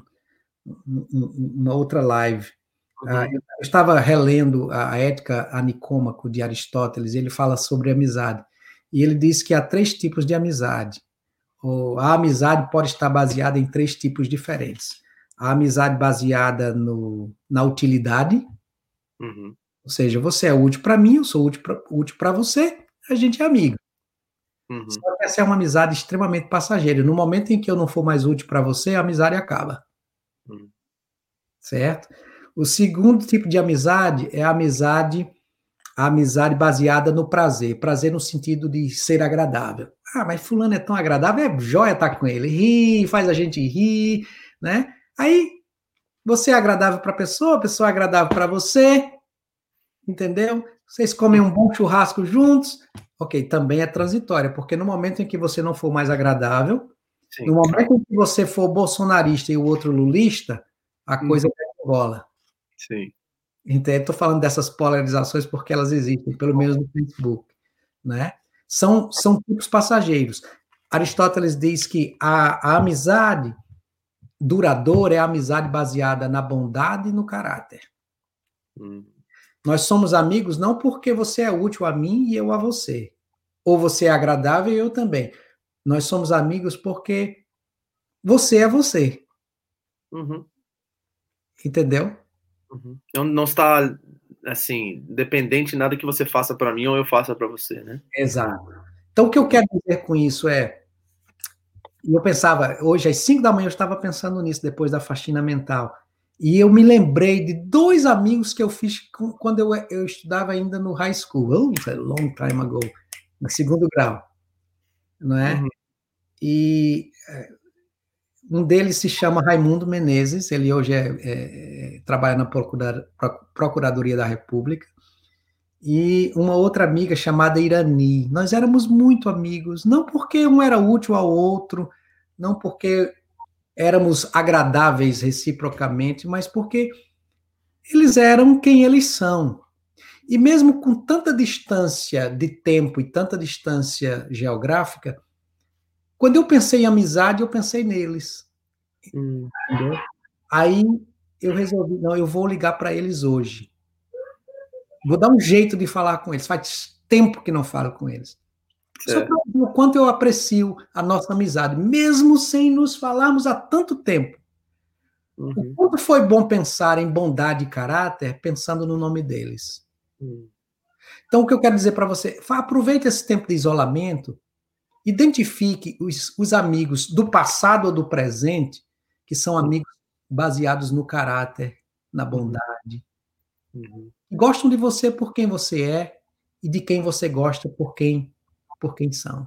uma outra live. Eu estava relendo a Ética a Nicômaco de Aristóteles, e ele fala sobre amizade. E ele diz que há 3 tipos de amizade. A amizade pode estar baseada em 3 tipos diferentes. A amizade baseada na utilidade, ou seja, você é útil para mim, eu sou útil para você, a gente é amigo. Só que essa é uma amizade extremamente passageira. No momento em que eu não for mais útil para você, a amizade acaba. Certo? O segundo tipo de amizade é a amizade baseada no prazer. Prazer no sentido de ser agradável. Mas fulano é tão agradável, é joia estar com ele. Ri, faz a gente rir, né? Aí, você é agradável para a pessoa é agradável para você, entendeu? Vocês comem um bom churrasco juntos, ok, também é transitória, porque no momento em que você não for mais agradável, no momento em que você for bolsonarista e o outro lulista, a coisa rola. Sim. Então, estou falando dessas polarizações porque elas existem, pelo menos no Facebook, né? São tipos passageiros. Aristóteles diz que a amizade duradoura é a amizade baseada na bondade e no caráter. Nós somos amigos não porque você é útil a mim e eu a você, ou você é agradável e eu também. Nós somos amigos porque você é você. Entendeu? Não está, assim, dependente de nada que você faça para mim ou eu faça para você, né? Exato. Então, o que eu quero dizer com isso é... Eu pensava, hoje às 5 da manhã eu estava pensando nisso, depois da faxina mental. E eu me lembrei de 2 amigos que eu fiz quando eu estudava ainda no high school. A long time ago. No 2º grau. Não é? E... um deles se chama Raimundo Menezes, ele hoje trabalha na Procuradoria da República, e uma outra amiga chamada Irani. Nós éramos muito amigos, não porque um era útil ao outro, não porque éramos agradáveis reciprocamente, mas porque eles eram quem eles são. E mesmo com tanta distância de tempo e tanta distância geográfica, quando eu pensei em amizade, eu pensei neles. Entendeu? Aí eu resolvi, não, eu vou ligar para eles hoje. Vou dar um jeito de falar com eles. Faz tempo que não falo com eles. Só para ver o quanto eu aprecio a nossa amizade, mesmo sem nos falarmos há tanto tempo. O quanto foi bom pensar em bondade e caráter pensando no nome deles. Então, o que eu quero dizer para você, aproveite esse tempo de isolamento, identifique os amigos do passado ou do presente, que são amigos baseados no caráter, na bondade. Gostam de você por quem você é e de quem você gosta por quem são.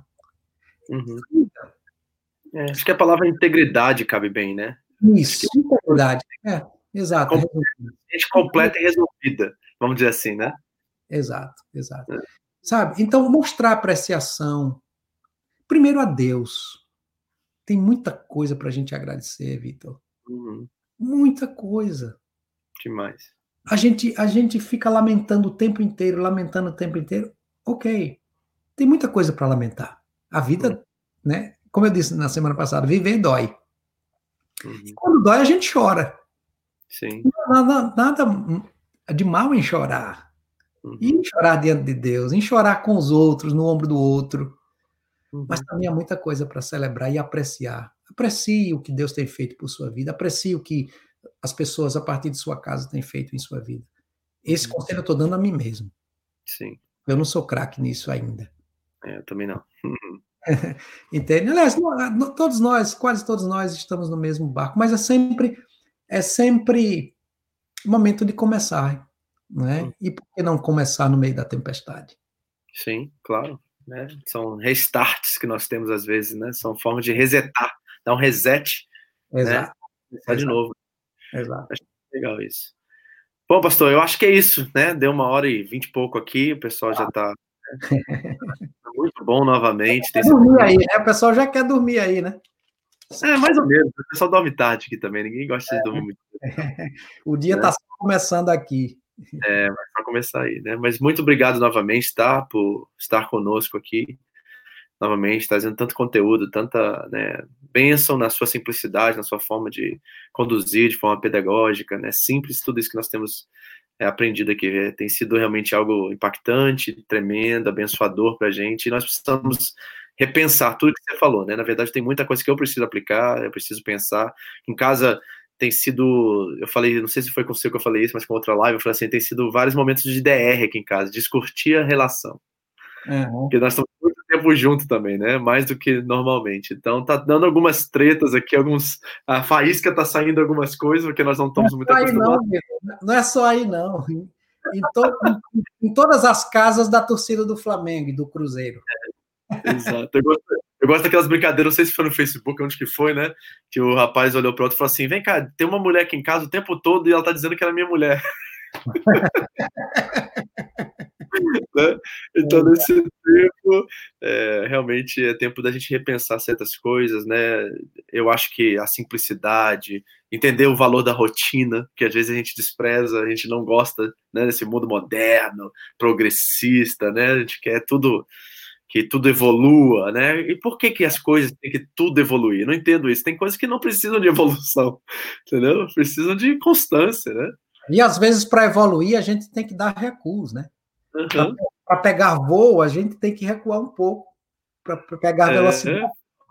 Acho que a palavra integridade cabe bem, né? Isso, integridade. Exato. Gente completa e resolvida, vamos dizer assim, né? Exato. Sabe? Então, mostrar apreciação, primeiro a Deus. Tem muita coisa para a gente agradecer, Vitor. Muita coisa. Demais. A gente fica lamentando o tempo inteiro. Ok. Tem muita coisa para lamentar. A vida, né? Como eu disse na semana passada, viver dói. E quando dói, a gente chora. Sim. Nada de mal em chorar. E em chorar diante de Deus, em chorar com os outros, no ombro do outro. Mas também há muita coisa para celebrar e apreciar. Aprecie o que Deus tem feito por sua vida. Aprecie o que as pessoas a partir de sua casa têm feito em sua vida. Esse conselho eu estou dando a mim mesmo. Sim. Eu não sou craque nisso ainda. Eu também não. Entende? Aliás, todos nós, quase todos nós estamos no mesmo barco, mas é sempre momento de começar, né? E por que não começar no meio da tempestade? Sim, claro. Né? São restarts que nós temos às vezes, né? São formas de resetar, dar um reset, Exato. Né? Começar de novo. Exato. Acho legal isso. Bom, pastor, eu acho que é isso, né? Deu 1h20 e pouco aqui, o pessoal já está muito bom novamente. Quer dormir aí, né? O pessoal já quer dormir aí, né? Mais ou menos. O pessoal dorme tarde aqui também. Ninguém gosta de dormir muito. O dia está começando aqui. Vai só começar aí, né? Mas muito obrigado novamente, tá? Por estar conosco aqui. Novamente, trazendo tanto conteúdo, tanta, né, bênção na sua simplicidade, na sua forma de conduzir de forma pedagógica, né? Simples, tudo isso que nós temos aprendido aqui. Tem sido realmente algo impactante, tremendo, abençoador para a gente. E nós precisamos repensar tudo que você falou, né? Na verdade, tem muita coisa que eu preciso aplicar, eu preciso pensar. Em casa tem sido, eu falei, não sei se foi com você que eu falei isso, mas com outra live, eu falei assim, tem sido vários momentos de DR aqui em casa, discutir a relação. Porque nós estamos muito tempo junto também, né? Mais do que normalmente. Então tá dando algumas tretas aqui, a faísca tá saindo algumas coisas, porque nós não estamos muito acostumados. Não é só aí, não. Em todas as casas da torcida do Flamengo e do Cruzeiro. Exato. Eu gosto daquelas brincadeiras, não sei se foi no Facebook, onde que foi, né? Que o rapaz olhou pro outro e falou assim: vem cá, tem uma mulher aqui em casa o tempo todo e ela tá dizendo que ela é minha mulher. Né? Então, nesse tempo, realmente é tempo da gente repensar certas coisas, né? Eu acho que a simplicidade, entender o valor da rotina, que às vezes a gente despreza, a gente não gosta, né, desse mundo moderno, progressista, né? A gente quer que tudo evolua, né? E por que as coisas têm que tudo evoluir? Eu não entendo isso. Tem coisas que não precisam de evolução, entendeu? Precisam de constância, né? E às vezes, para evoluir, a gente tem que dar recuos, né? Para pegar voo, a gente tem que recuar um pouco para pegar velocidade.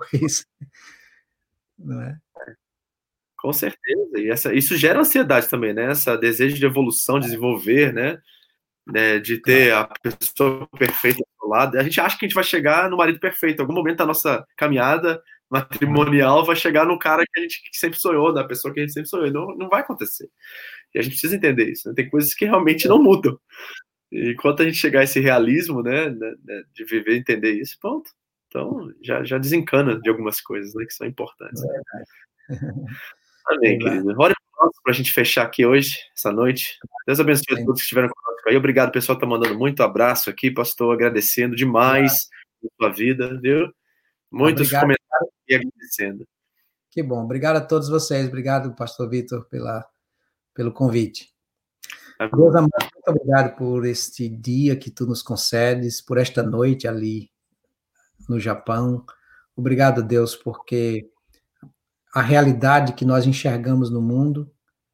Não é? Com certeza. E isso gera ansiedade também, né? Esse desejo de evolução, desenvolver, né? De ter a pessoa perfeita do lado. A gente acha que a gente vai chegar no marido perfeito. Em algum momento da nossa caminhada matrimonial vai chegar no cara que a gente sempre sonhou, da pessoa que a gente sempre sonhou. Não vai acontecer. E a gente precisa entender isso. Né? Tem coisas que realmente não mudam. E enquanto a gente chegar a esse realismo, né, de viver e entender isso, pronto. Então, já desencana de algumas coisas, né, que são importantes. Amém, querido. Ore para a gente fechar aqui hoje, essa noite. Deus abençoe a todos que estiveram conosco aí. Obrigado, pessoal, que está mandando muito abraço aqui, pastor, agradecendo demais a sua vida, viu? Muitos comentários e agradecendo. Que bom. Obrigado a todos vocês. Obrigado, pastor Vitor, pelo convite. Deus amado, muito obrigado por este dia que tu nos concedes, por esta noite ali no Japão. Obrigado, Deus, porque a realidade que nós enxergamos no mundo,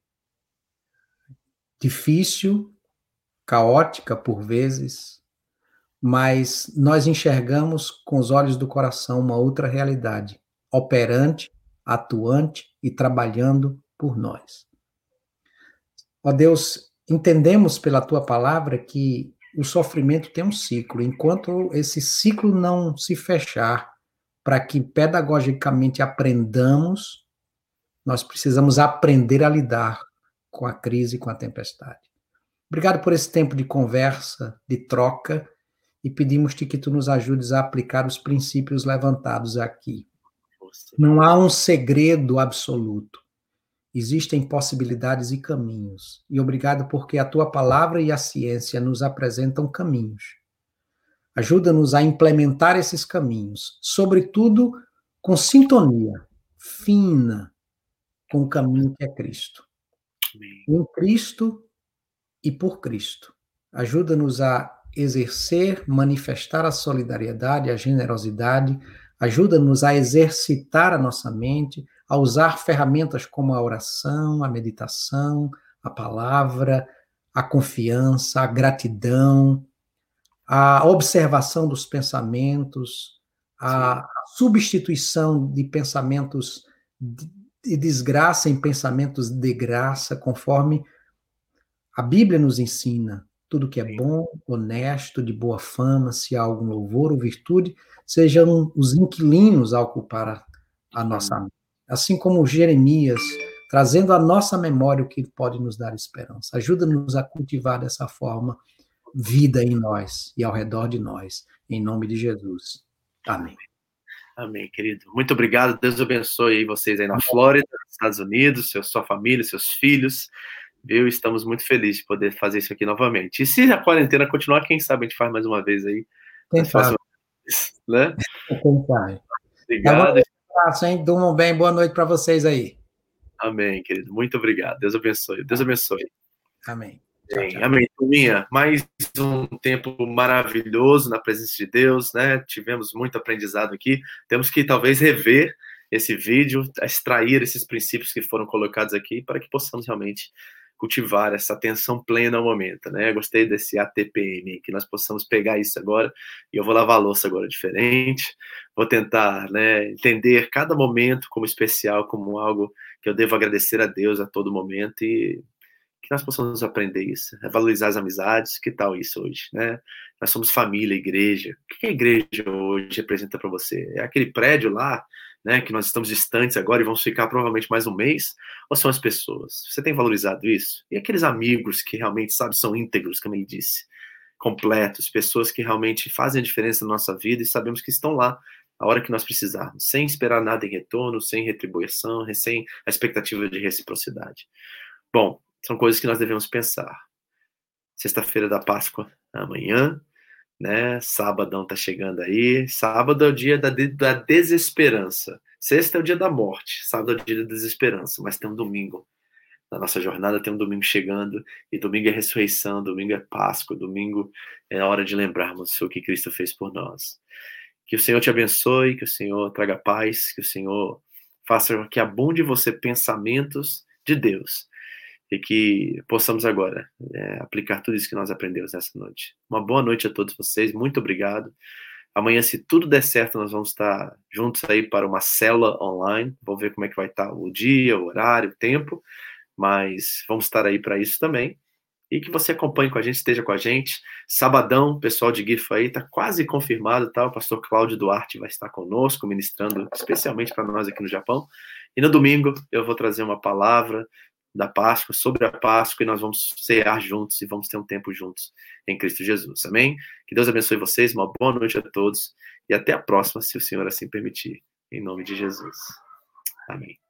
difícil, caótica por vezes, mas nós enxergamos com os olhos do coração uma outra realidade, operante, atuante e trabalhando por nós. Ó Deus, entendemos pela tua palavra que o sofrimento tem um ciclo. Enquanto esse ciclo não se fechar, para que pedagogicamente aprendamos, nós precisamos aprender a lidar com a crise e com a tempestade. Obrigado por esse tempo de conversa, de troca, e pedimos-te que tu nos ajudes a aplicar os princípios levantados aqui. Não há um segredo absoluto. Existem possibilidades e caminhos. E obrigado porque a tua palavra e a ciência nos apresentam caminhos. Ajuda-nos a implementar esses caminhos, sobretudo com sintonia fina com o caminho que é Cristo. Em Cristo e por Cristo. Ajuda-nos a exercer, manifestar a solidariedade, a generosidade, ajuda-nos a exercitar a nossa mente, a usar ferramentas como a oração, a meditação, a palavra, a confiança, a gratidão, a observação dos pensamentos, a substituição de pensamentos de desgraça em pensamentos de graça, conforme a Bíblia nos ensina. Tudo que é bom, honesto, de boa fama, se há algum louvor ou virtude, sejam os inquilinos a ocupar a nossa mente. Assim como Jeremias, trazendo à nossa memória o que pode nos dar esperança. Ajuda-nos a cultivar dessa forma vida em nós e ao redor de nós. Em nome de Jesus. Amém. Amém, querido. Muito obrigado. Deus abençoe vocês aí na Flórida, nos Estados Unidos, sua família, seus filhos. Viu? Estamos muito felizes de poder fazer isso aqui novamente. E se a quarentena continuar, quem sabe a gente faz mais uma vez aí. Quem sabe? Né? Quem sabe? Obrigado. Um abraço, hein? Durmam bem. Boa noite para vocês aí. Amém, querido. Muito obrigado. Deus abençoe. Deus abençoe. Amém. Tchau, tchau. Amém. Turminha, mais um tempo maravilhoso na presença de Deus, né? Tivemos muito aprendizado aqui. Temos que talvez rever esse vídeo, extrair esses princípios que foram colocados aqui para que possamos realmente cultivar essa atenção plena ao momento, né? Gostei desse ATPM, que nós possamos pegar isso agora, e eu vou lavar a louça agora diferente, vou tentar, né, entender cada momento como especial, como algo que eu devo agradecer a Deus a todo momento, e que nós possamos aprender isso, valorizar as amizades. Que tal isso hoje, né? Nós somos família, igreja. O que a igreja hoje representa para você? É aquele prédio lá, né, que nós estamos distantes agora e vamos ficar provavelmente mais um mês? Ou são as pessoas? Você tem valorizado isso? E aqueles amigos que realmente, sabe, são íntegros, como ele disse, completos, pessoas que realmente fazem a diferença na nossa vida e sabemos que estão lá a hora que nós precisarmos, sem esperar nada em retorno, sem retribuição, sem a expectativa de reciprocidade. Bom, são coisas que nós devemos pensar. Sexta-feira da Páscoa, amanhã, né? Sábado tá chegando aí. Sábado é o dia da desesperança. Sexta é o dia da morte. Sábado é o dia da desesperança. Mas tem um domingo. Na nossa jornada tem um domingo chegando. E domingo é ressurreição, domingo é Páscoa, domingo é a hora de lembrarmos o que Cristo fez por nós. Que o Senhor te abençoe, que o Senhor traga paz, que o Senhor faça que abunde em você pensamentos de Deus. E que possamos agora aplicar tudo isso que nós aprendemos nessa noite. Uma boa noite a todos vocês, muito obrigado. Amanhã, se tudo der certo, nós vamos estar juntos aí para uma célula online. Vou ver como é que vai estar o dia, o horário, o tempo, mas vamos estar aí para isso também. E que você acompanhe com a gente, esteja com a gente. Sabadão, o pessoal de GIF aí está quase confirmado, tá? O pastor Cláudio Duarte vai estar conosco, ministrando especialmente para nós aqui no Japão. E no domingo eu vou trazer uma palavra da Páscoa, sobre a Páscoa, e nós vamos cear juntos e vamos ter um tempo juntos em Cristo Jesus. Amém? Que Deus abençoe vocês, uma boa noite a todos e até a próxima, se o Senhor assim permitir. Em nome de Jesus. Amém.